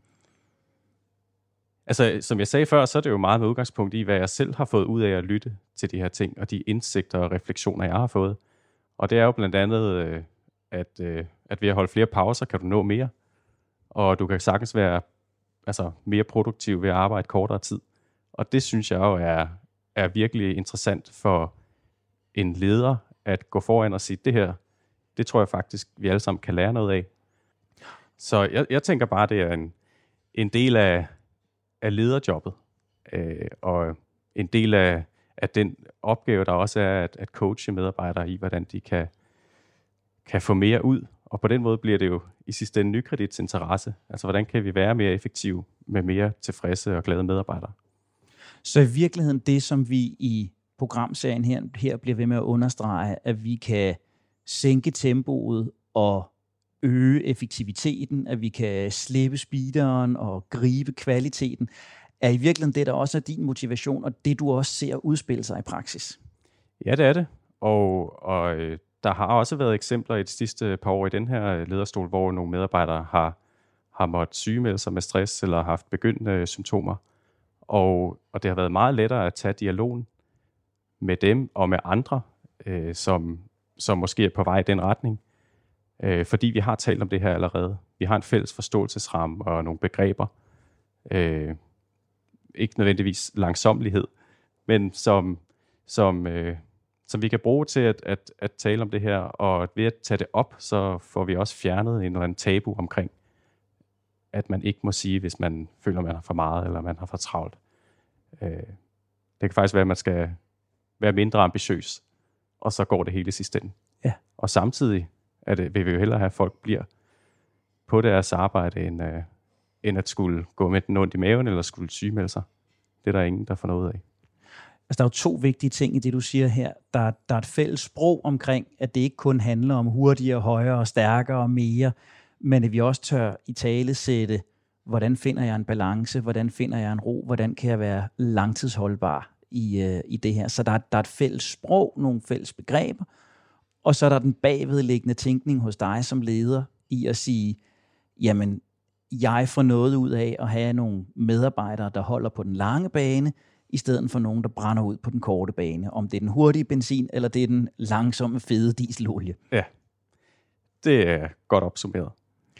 Altså, som jeg sagde før, så er det jo meget med udgangspunkt i, hvad jeg selv har fået ud af at lytte til de her ting, og de indsigter og refleksioner, jeg har fået. Og det er jo blandt andet, øh, at, øh, at ved at holde flere pauser, kan du nå mere, og du kan sagtens være altså mere produktiv ved at arbejde kortere tid. Og det synes jeg jo er, er virkelig interessant for en leder, at gå foran og sige, det her, det tror jeg faktisk, vi alle sammen kan lære noget af. Så jeg, jeg tænker bare, det er en, en del af, af lederjobbet, øh, og en del af, af den opgave, der også er at, at coache medarbejdere i, hvordan de kan, kan få mere ud. Og på den måde bliver det jo i sidste ende Nykredits interesse. Altså, hvordan kan vi være mere effektive med mere tilfredse og glade medarbejdere? Så i virkeligheden det, som vi i programserien her, her bliver ved med at understrege, at vi kan sænke tempoet og øge effektiviteten, at vi kan slippe speederen og gribe kvaliteten, er i virkeligheden det, der også er din motivation, og det, du også ser udspille sig i praksis. Ja, det er det. Og, og øh, der har også været eksempler i de sidste par år i den her lederstol, hvor nogle medarbejdere har, har måttet sygemelde sig med stress eller haft begyndende symptomer. Og, og det har været meget lettere at tage dialogen med dem og med andre, øh, som, som måske er på vej i den retning. Øh, fordi vi har talt om det her allerede. Vi har en fælles forståelsesramme og nogle begreber. Øh, ikke nødvendigvis langsommelighed, men som, som, øh, som vi kan bruge til at, at, at tale om det her. Og ved at tage det op, så får vi også fjernet en eller anden tabu omkring, at man ikke må sige, hvis man føler, man har for meget, eller man har for travlt. Øh, det kan faktisk være, at man skal være mindre ambitiøs, og så går det hele i sidste ende. Ja. Og samtidig er det, vil vi jo hellere have, at folk bliver på deres arbejde, end, øh, end at skulle gå med den ondt i maven, eller skulle sygemelde sig. Det er der ingen, der får noget af. Altså, der er jo to vigtige ting i det, du siger her. Der, der er et fælles sprog omkring, at det ikke kun handler om hurtigere, højere, stærkere og mere, men at vi også tør i tale sætte, hvordan finder jeg en balance, hvordan finder jeg en ro, hvordan kan jeg være langtidsholdbar i, øh, i det her. Så der, der er et fælles sprog, nogle fælles begreber, og så er der den bagvedliggende tænkning hos dig som leder i at sige, jamen, jeg får noget ud af at have nogle medarbejdere, der holder på den lange bane, i stedet for nogen, der brænder ud på den korte bane. Om det er den hurtige benzin, eller det er den langsomme, fede dieselolie. Ja, det er godt opsummeret.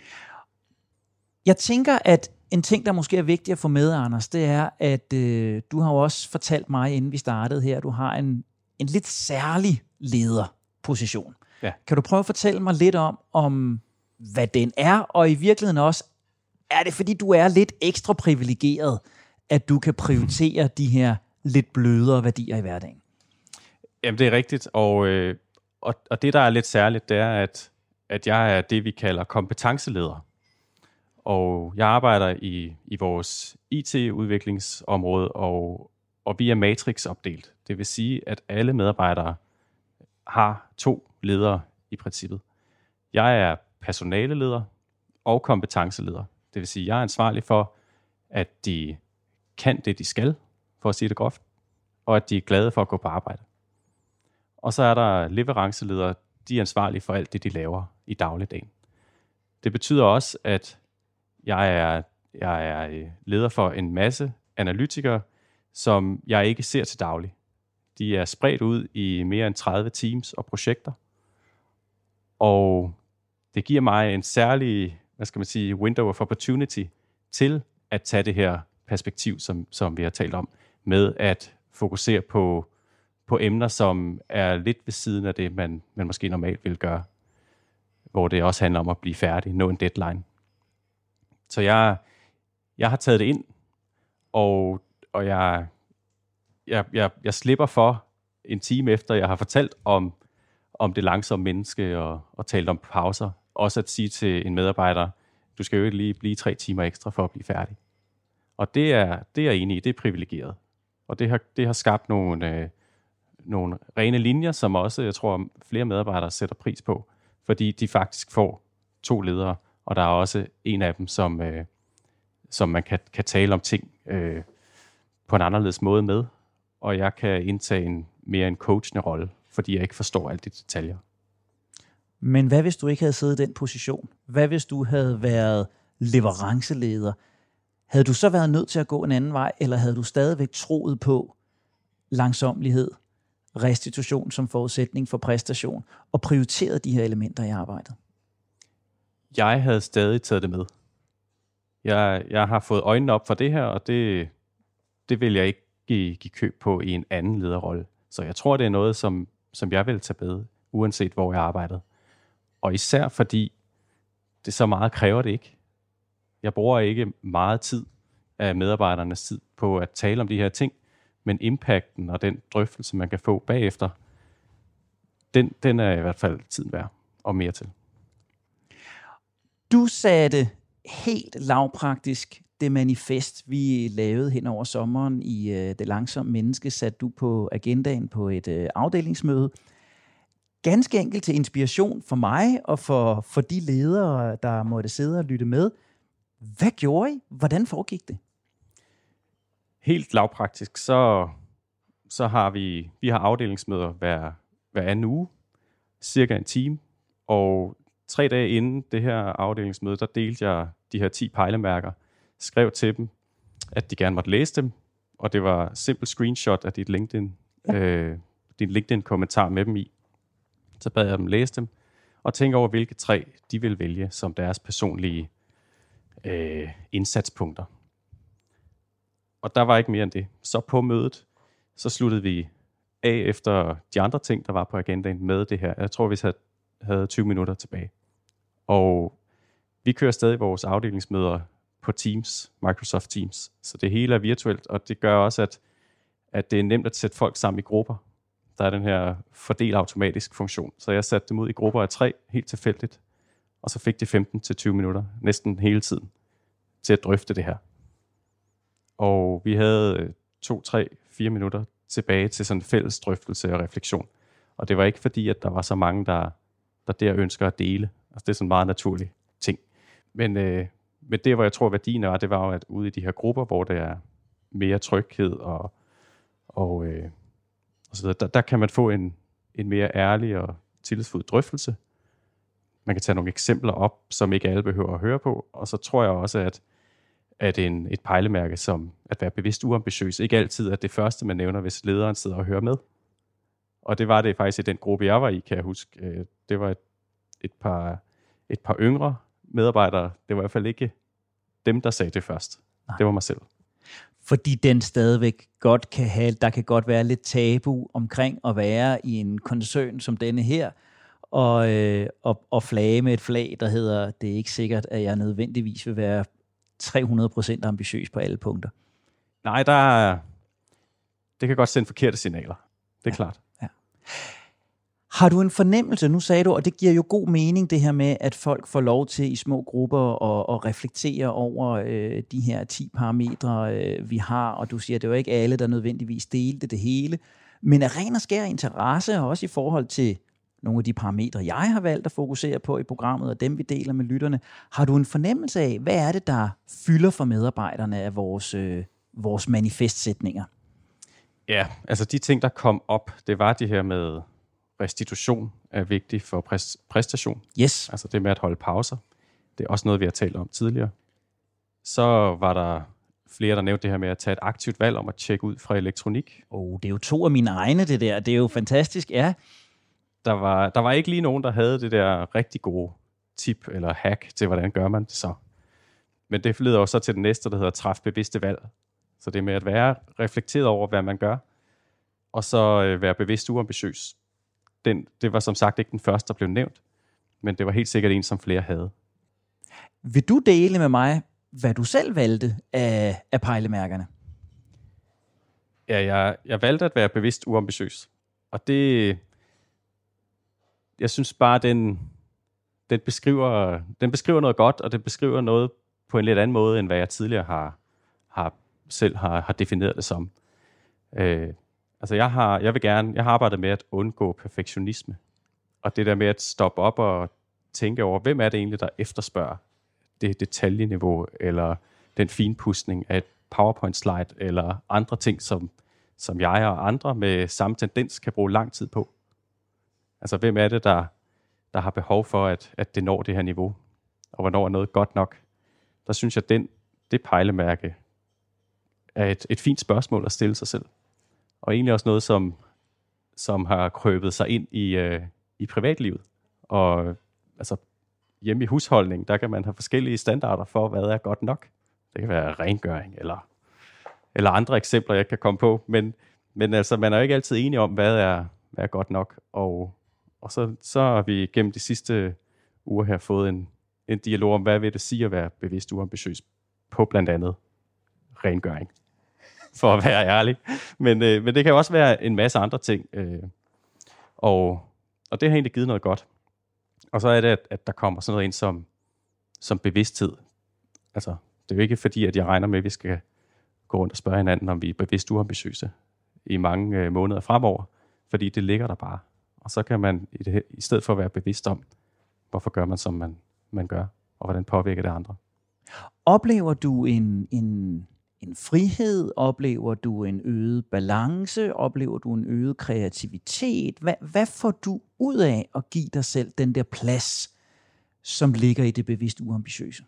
Jeg tænker, at en ting, der måske er vigtig at få med, Anders, det er, at øh, du har jo også fortalt mig, inden vi startede her, at du har en, en lidt særlig lederposition. Ja. Kan du prøve at fortælle mig lidt om, om, hvad den er, og i virkeligheden også, er det fordi, du er lidt ekstra privilegeret, at du kan prioritere de her lidt blødere værdier i hverdagen? Jamen, det er rigtigt, og, øh, og, og det, der er lidt særligt, det er, at, at jeg er det, vi kalder kompetenceleder. Og jeg arbejder i, i vores I T-udviklingsområde, og, og vi er matrixopdelt. Det vil sige, at alle medarbejdere har to ledere i princippet. Jeg er personaleleder og kompetenceleder. Det vil sige, at jeg er ansvarlig for, at de kan det, de skal, for at sige det groft, og at de er glade for at gå på arbejde. Og så er der leveranceledere, de er ansvarlige for alt det, de laver i dagligdagen. Det betyder også, at jeg er, jeg er leder for en masse analytikere, som jeg ikke ser til daglig. De er spredt ud i mere end tredive teams og projekter. Og det giver mig en særlig, hvad skal man sige, window of opportunity til at tage det her perspektiv, som, som vi har talt om, med at fokusere på, på emner, som er lidt ved siden af det, man, man måske normalt vil gøre, hvor det også handler om at blive færdig, nå en deadline. Så jeg, jeg har taget det ind, og, og jeg, jeg, jeg, jeg slipper for en time efter, jeg har fortalt om, om det langsomme menneske og, og talt om pauser. Også at sige til en medarbejder, du skal jo lige blive tre timer ekstra for at blive færdig. Og det er, det er jeg enig i, det er privilegeret. Og det har, det har skabt nogle, øh, nogle rene linjer, som også, jeg tror, flere medarbejdere sætter pris på, fordi de faktisk får to ledere, og der er også en af dem, som, øh, som man kan, kan tale om ting øh, på en anderledes måde med, og jeg kan indtage en mere en coachende rolle, fordi jeg ikke forstår alle de detaljer. Men hvad hvis du ikke havde siddet i den position? Hvad hvis du havde været leveranceleder? Havde du så været nødt til at gå en anden vej, eller havde du stadigvæk troet på langsommelighed, restitution som forudsætning for præstation, og prioriteret de her elementer i arbejdet? Jeg havde stadig taget det med. Jeg, jeg har fået øjnene op for det her, og det, det vil jeg ikke give, give køb på i en anden lederrolle. Så jeg tror, det er noget, som, som jeg vil tage med, uanset hvor jeg arbejder. Og især fordi det så meget kræver det ikke. jeg bruger ikke meget tid af medarbejdernes tid på at tale om de her ting, men impacten og den drøftelse, man kan få bagefter, den, den er i hvert fald tiden værd og mere til. Du satte helt lavpraktisk det manifest, vi lavede hen over sommeren i øh, Det Langsomme Menneske, satte du på agendaen på et øh, afdelingsmøde. Ganske enkelt til inspiration for mig og for, for de ledere, der måtte sidde og lytte med. Hvad gjorde I? Hvordan foregik det? Helt lavpraktisk, så, så har vi, vi har afdelingsmøder hver, hver anden uge, cirka en time, og tre dage inden det her afdelingsmøde, der delte jeg de her ti pejlemærker, skrev til dem, at de gerne måtte læse dem, og det var simpelt screenshot af dit LinkedIn, ja. øh, din LinkedIn-kommentar med dem i. Så bad jeg dem læse dem, og tænke over, hvilke tre de vil vælge som deres personlige øh, indsatspunkter. Og der var ikke mere end det. Så på mødet, så sluttede vi af efter de andre ting, der var på agendaen med det her. Jeg tror, vi havde tyve minutter tilbage. Og vi kører stadig vores afdelingsmøder på Teams, Microsoft Teams. Så det hele er virtuelt, og det gør også, at, at det er nemt at sætte folk sammen i grupper. Der er den her fordel automatisk funktion. Så jeg satte dem ud i grupper af tre, helt tilfældigt. Og så fik de femten til tyve minutter, næsten hele tiden, til at drøfte det her. Og vi havde to, tre, fire minutter tilbage til sådan en fælles drøftelse og refleksion. Og det var ikke fordi, at der var så mange, der, der der ønsker at dele. Altså det er sådan en meget naturlig ting. Men, øh, men det, hvor jeg tror, værdien er, det var jo, at ude i de her grupper, hvor der er mere tryghed og, og, øh, og så videre, der, der kan man få en, en mere ærlig og tillidsfuld drøftelse. Man kan tage nogle eksempler op, som ikke alle behøver at høre på. Og så tror jeg også, at at en, et pejlemærke som at være bevidst uambitiøs ikke altid er det første, man nævner, hvis lederen sidder og hører med. Og det var det faktisk i den gruppe, jeg var i, kan jeg huske. Det var et, et, par, et par yngre medarbejdere. Det var i hvert fald ikke dem, der sagde det først. Nej. Det var mig selv. Fordi den stadigvæk godt kan have, der kan godt være lidt tabu omkring at være i en koncern som denne her, og, øh, og, og flage med et flag, der hedder, det er ikke sikkert, at jeg nødvendigvis vil være tre hundrede procent ambitiøs på alle punkter. Nej, der er, det kan godt sende forkerte signaler. Det er ja, klart. Ja. Har du en fornemmelse, nu sagde du, og det giver jo god mening det her med, at folk får lov til i små grupper at, at reflektere over øh, de her ti parametre, øh, vi har, og du siger, at det er jo ikke alle, der nødvendigvis delte det hele, men af ren og skær interesse, og også i forhold til nogle af de parametre, jeg har valgt at fokusere på i programmet, og dem vi deler med lytterne. Har du en fornemmelse af, hvad er det, der fylder for medarbejderne af vores, øh, vores manifestsætninger? Ja, altså de ting, der kom op, det var det her med restitution er vigtigt for præ- præstation. Yes. Altså det med at holde pauser. Det er også noget, vi har talt om tidligere. Så var der flere, der nævnte det her med at tage et aktivt valg om at tjekke ud fra elektronik. Oh, det er jo to af mine egne, det der. Det er jo fantastisk, ja. Der var, der var ikke lige nogen, der havde det der rigtig gode tip eller hack til, hvordan gør man det så. Men det leder også så til det næste, der hedder træf bevidste valg. Så det er med at være reflekteret over, hvad man gør, og så øh, være bevidst uambitiøs. Den, det var som sagt ikke den første, der blev nævnt, men det var helt sikkert en, som flere havde. Vil du dele med mig, hvad du selv valgte af, af pejlemærkerne? Ja, jeg, jeg valgte at være bevidst uambitiøs. Og det... Jeg synes bare, den, den, beskriver, den beskriver noget godt, og det beskriver noget på en lidt anden måde, end hvad jeg tidligere har, har selv har, har defineret det som. Øh, altså jeg har, jeg vil gerne, jeg har arbejdet med at undgå perfektionisme, og det der med at stoppe op og tænke over, hvem er det egentlig, der efterspørger det detaljeniveau, eller den finpudsning af et PowerPoint-slide, eller andre ting, som, som jeg og andre med samme tendens kan bruge lang tid på. Altså, hvem er det, der, der har behov for, at, at det når det her niveau? Og hvornår er noget godt nok? Der synes jeg, at den, det pejlemærke er et, et fint spørgsmål at stille sig selv. Og egentlig også noget, som, som har krøbet sig ind i, øh, i privatlivet. Og altså, hjemme i husholdning, der kan man have forskellige standarder for, hvad er godt nok. Det kan være rengøring, eller, eller andre eksempler, jeg kan komme på. Men, men altså, man er jo ikke altid enig om, hvad er, hvad er godt nok. Og Og så, så har vi gennem de sidste uger her fået en, en dialog om, hvad vil det sige at være bevidst uambitiøs på blandt andet rengøring, for at være ærlig. Men, øh, men det kan også være en masse andre ting, øh, og, og det har egentlig givet noget godt. Og så er det, at, at der kommer sådan noget ind som, som bevidsthed. Altså, det er jo ikke fordi, at jeg regner med, at vi skal gå rundt og spørge hinanden, om vi er bevidst uambitiøse i mange øh, måneder fremover, fordi det ligger der bare. Og så kan man, i, det, i stedet for at være bevidst om, hvorfor gør man, som man, man gør, og hvordan påvirker det andre. Oplever du en, en, en frihed? Oplever du en øget balance? Oplever du en øget kreativitet? Hvad, hvad får du ud af at give dig selv den der plads, som ligger i det bevidst uambitiøse?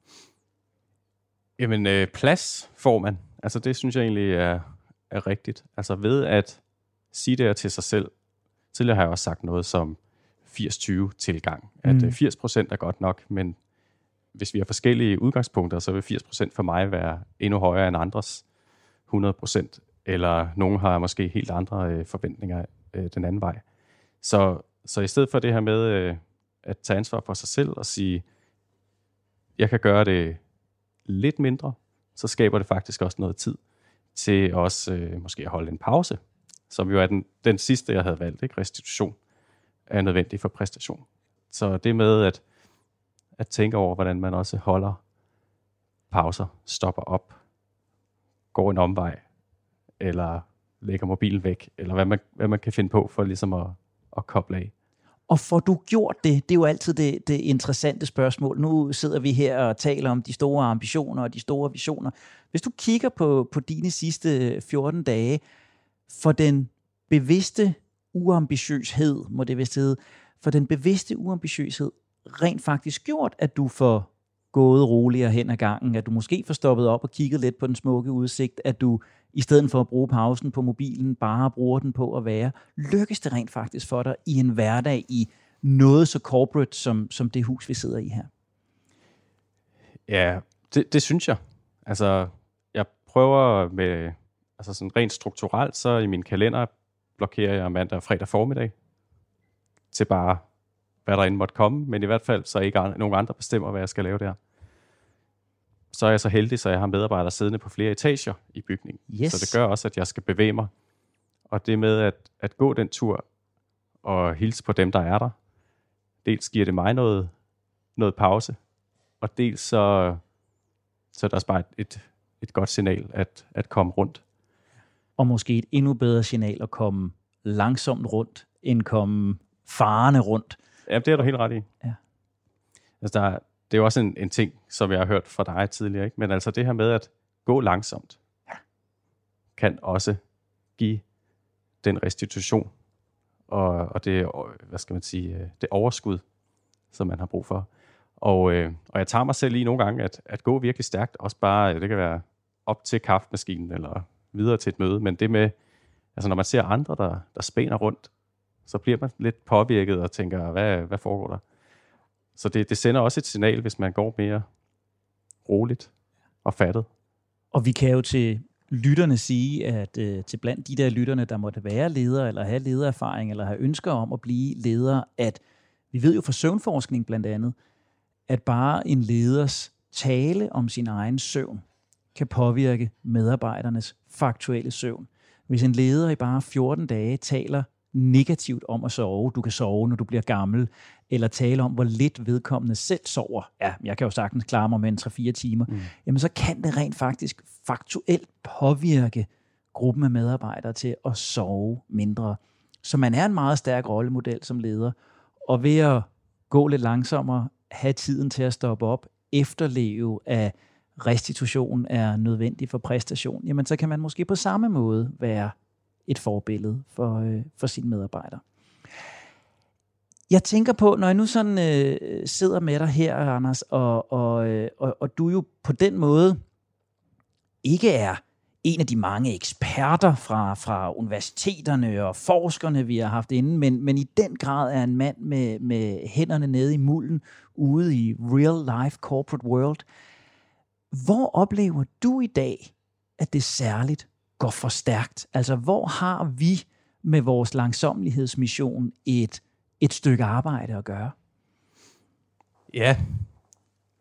Jamen, øh, plads får man. Altså, det synes jeg egentlig er, er rigtigt. Altså, ved at sige det her til sig selv. Tidligere har jeg også sagt noget som firs tyve tilgang. At mm. firs procent er godt nok, men hvis vi har forskellige udgangspunkter, så vil firs procent for mig være endnu højere end andres hundrede procent. Eller nogen har måske helt andre øh, forventninger øh, den anden vej. Så, så i stedet for det her med øh, at tage ansvar for sig selv og sige, jeg kan gøre det lidt mindre, så skaber det faktisk også noget tid til også øh, måske at holde en pause, som jo er den, den sidste, jeg havde valgt. Ikke? Restitution er nødvendig for præstation. Så det med at, at tænke over, hvordan man også holder pauser, stopper op, går en omvej, eller lægger mobilen væk, eller hvad man, hvad man kan finde på for ligesom at, at koble af. Og får du gjort det? Det er jo altid det, det interessante spørgsmål. Nu sidder vi her og taler om de store ambitioner og de store visioner. Hvis du kigger på, på dine sidste fjorten dage, for den bevidste uambitiøshed, må det vist hedde, for den bevidste uambitiøshed rent faktisk gjort, at du får gået roligere hen ad gangen, at du måske får stoppet op og kigget lidt på den smukke udsigt, at du i stedet for at bruge pausen på mobilen, bare bruger den på at være. Lykkes det rent faktisk for dig i en hverdag i noget så corporate som, som det hus, vi sidder i her? Ja, det, det synes jeg. Altså, jeg prøver med, altså sådan rent strukturelt, så i min kalender blokerer jeg mandag og fredag formiddag til bare, hvad der end måtte komme, men i hvert fald så ikke nogen andre bestemmer, hvad jeg skal lave der. Så er jeg så heldig, så jeg har medarbejdere siddende på flere etager i bygningen. Yes. Så det gør også, at jeg skal bevæge mig. Og det med at, at gå den tur og hilse på dem, der er der, dels giver det mig noget, noget pause, og dels så, så er der også bare et, et, et godt signal at, at komme rundt. Og måske et endnu bedre signal at komme langsomt rundt, end komme farende rundt. Ja, det er du helt ret i. Ja. Altså, der, det er jo også en, en ting, som jeg har hørt fra dig tidligere, ikke? Men altså det her med at gå langsomt, ja, kan også give den restitution og, og det, hvad skal man sige, det overskud, som man har brug for. Og, øh, og jeg tager mig selv lige nogle gange at, at gå virkelig stærkt, også bare, det kan være op til kaffemaskinen eller videre til et møde, men det med, altså når man ser andre, der, der spænder rundt, så bliver man lidt påvirket og tænker, hvad, hvad foregår der? Så det, det sender også et signal, hvis man går mere roligt og fattet. Og vi kan jo til lytterne sige, at øh, til blandt de der lytterne, der måtte være ledere, eller have ledererfaring, eller have ønsker om at blive ledere, at vi ved jo fra søvnforskning blandt andet, at bare en leders tale om sin egen søvn kan påvirke medarbejdernes faktuelle søvn. Hvis en leder i bare fjorten dage taler negativt om at sove, du kan sove, når du bliver gammel, eller tale om, hvor lidt vedkommende selv sover, ja, jeg kan jo sagtens klare mig med en tre fire timer, mm. jamen så kan det rent faktisk faktuelt påvirke gruppen af medarbejdere til at sove mindre. Så man er en meget stærk rollemodel som leder, og ved at gå lidt langsommere, have tiden til at stoppe op, efterleve af restitution er nødvendig for præstation, jamen så kan man måske på samme måde være et forbillede for, øh, for sine medarbejdere. Jeg tænker på, når jeg nu sådan øh, sidder med dig her, Anders, og, og, øh, og, og du jo på den måde ikke er en af de mange eksperter fra, fra universiteterne og forskerne, vi har haft inde, men, men i den grad er en mand med, med hænderne nede i mulden, ude i real life corporate world. Hvor oplever du i dag, at det særligt går for stærkt? Altså, hvor har vi med vores langsomlighedsmission et, et stykke arbejde at gøre? Ja,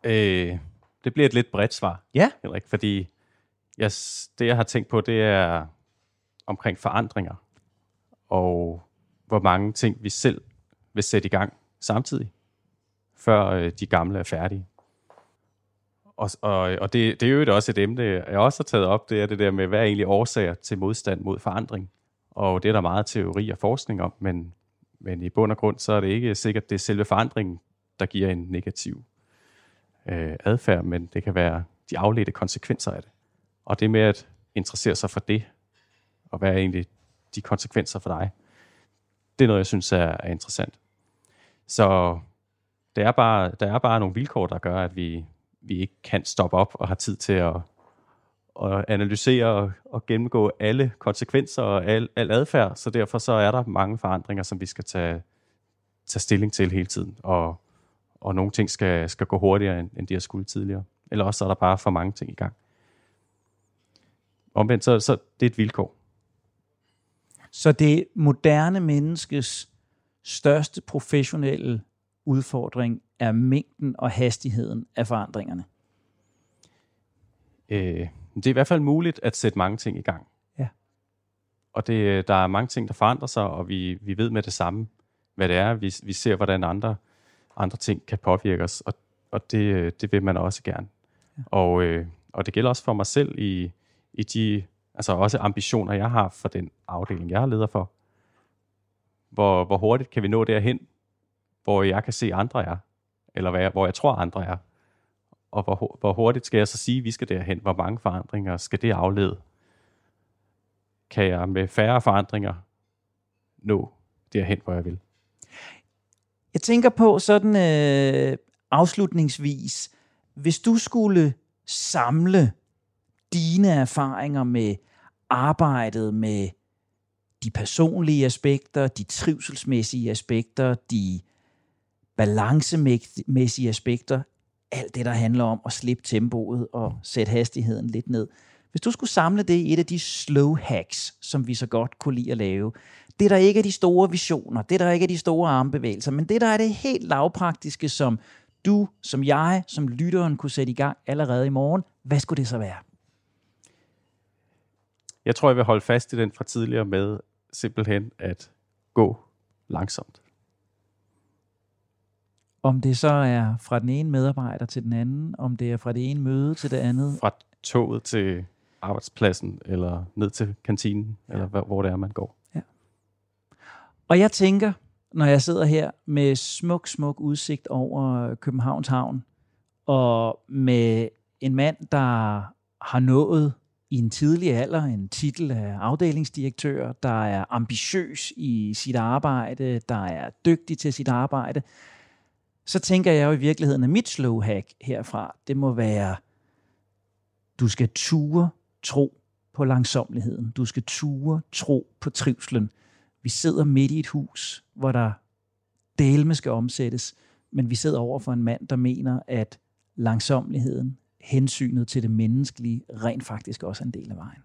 Øh, det bliver et lidt bredt svar, Ja. Henrik, fordi jeg, det, jeg har tænkt på, det er omkring forandringer, og hvor mange ting vi selv vil sætte i gang samtidig, før øh, de gamle er færdige. Og, og, og det, det er jo også et emne, jeg også har taget op, det er det der med, hvad er egentlig årsager til modstand mod forandring. Og det er der meget teori og forskning om, men, men i bund og grund, så er det ikke sikkert, det er selve forandringen, der giver en negativ øh, adfærd, men det kan være de afledte konsekvenser af det. Og det med at interessere sig for det, og hvad er egentlig de konsekvenser for dig, det er noget, jeg synes er, er interessant. Så det er bare, der er bare nogle vilkår, der gør, at vi, vi ikke kan stoppe op og har tid til at, at analysere og, og gennemgå alle konsekvenser og al, al adfærd. Så derfor så er der mange forandringer, som vi skal tage, tage stilling til hele tiden. Og, og nogle ting skal, skal gå hurtigere, end, end de har skulle tidligere. Eller også så er der bare for mange ting i gang. Omvendt, så, så det er et vilkår. Så det moderne menneskes største professionelle udfordring er mængden og hastigheden af forandringerne. Øh, det er i hvert fald muligt at sætte mange ting i gang. Ja. Og det, der er mange ting, der forandrer sig, og vi, vi ved med det samme, hvad det er. Vi, vi ser, hvordan andre, andre ting kan påvirke os, og, og det, det vil man også gerne. Ja. Og, øh, og det gælder også for mig selv i, i de altså også ambitioner, jeg har for den afdeling, jeg er leder for. Hvor, hvor hurtigt kan vi nå derhen, hvor jeg kan se andre er, eller hvad jeg, hvor jeg tror andre er. Og hvor, hvor hurtigt skal jeg så sige, at vi skal derhen? Hvor mange forandringer skal det aflede? Kan jeg med færre forandringer nå derhen, hvor jeg vil? Jeg tænker på sådan øh, afslutningsvis, hvis du skulle samle dine erfaringer med arbejdet med de personlige aspekter, de trivselsmæssige aspekter, de balancemæssige aspekter, alt det, der handler om at slippe tempoet og sætte hastigheden lidt ned. Hvis du skulle samle det i et af de slow hacks, som vi så godt kunne lide at lave, det der ikke er de store visioner, det der ikke er de store armbevægelser, men det der er det helt lavpraktiske, som du, som jeg, som lytteren kunne sætte i gang allerede i morgen, hvad skulle det så være? Jeg tror, jeg vil holde fast i den fra tidligere med simpelthen at gå langsomt. Om det så er fra den ene medarbejder til den anden, om det er fra det ene møde til det andet. Fra toget til arbejdspladsen, eller ned til kantinen, ja. Eller hvor det er, man går. Ja. Og jeg tænker, når jeg sidder her med smuk, smuk udsigt over Københavns Havn, og med en mand, der har nået i en tidlig alder en titel af afdelingsdirektør, der er ambitiøs i sit arbejde, der er dygtig til sit arbejde, så tænker jeg jo i virkeligheden, at mit slow hack herfra, det må være, du skal ture tro på langsommeligheden. Du skal ture tro på trivslen. Vi sidder midt i et hus, hvor der delme skal omsættes, men vi sidder over for en mand, der mener, at langsommeligheden, hensynet til det menneskelige, rent faktisk også er en del af vejen.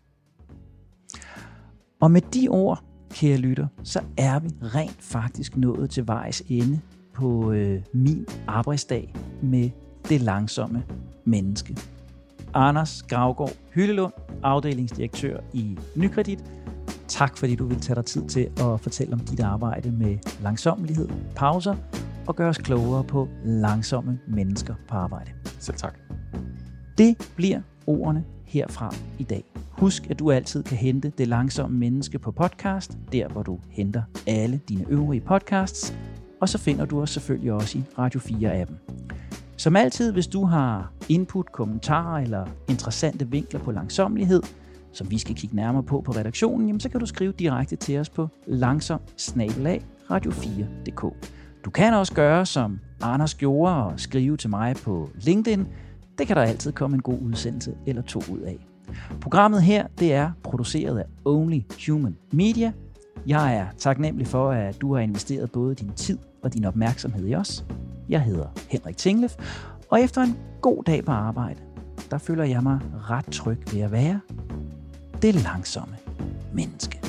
Og med de ord, kære lytter, så er vi rent faktisk nået til vejs ende på øh, min arbejdsdag med det langsomme menneske. Anders Gravgaard Hyllelund, afdelingsdirektør i Nykredit. Tak fordi du vil tage dig tid til at fortælle om dit arbejde med langsommelighed, pauser og gøre os klogere på langsomme mennesker på arbejde. Selv tak. Det bliver ordene herfra i dag. Husk, at du altid kan hente Det Langsomme Menneske på podcast, der hvor du henter alle dine øvrige podcasts, og så finder du os selvfølgelig også i Radio fire-appen. Som altid, hvis du har input, kommentarer eller interessante vinkler på langsommelighed, som vi skal kigge nærmere på på redaktionen, jamen så kan du skrive direkte til os på langsom bindestreg radio fire punktum d k. Du kan også gøre, som Anders gjorde, og skrive til mig på LinkedIn. Det kan der altid komme en god udsendelse eller to ud af. Programmet her, det er produceret af Only Human Media. Jeg er taknemmelig for, at du har investeret både din tid og din opmærksomhed i os. Jeg hedder Henrik Tinglef, og efter en god dag på arbejde, der føler jeg mig ret tryg ved at være det langsomme menneske.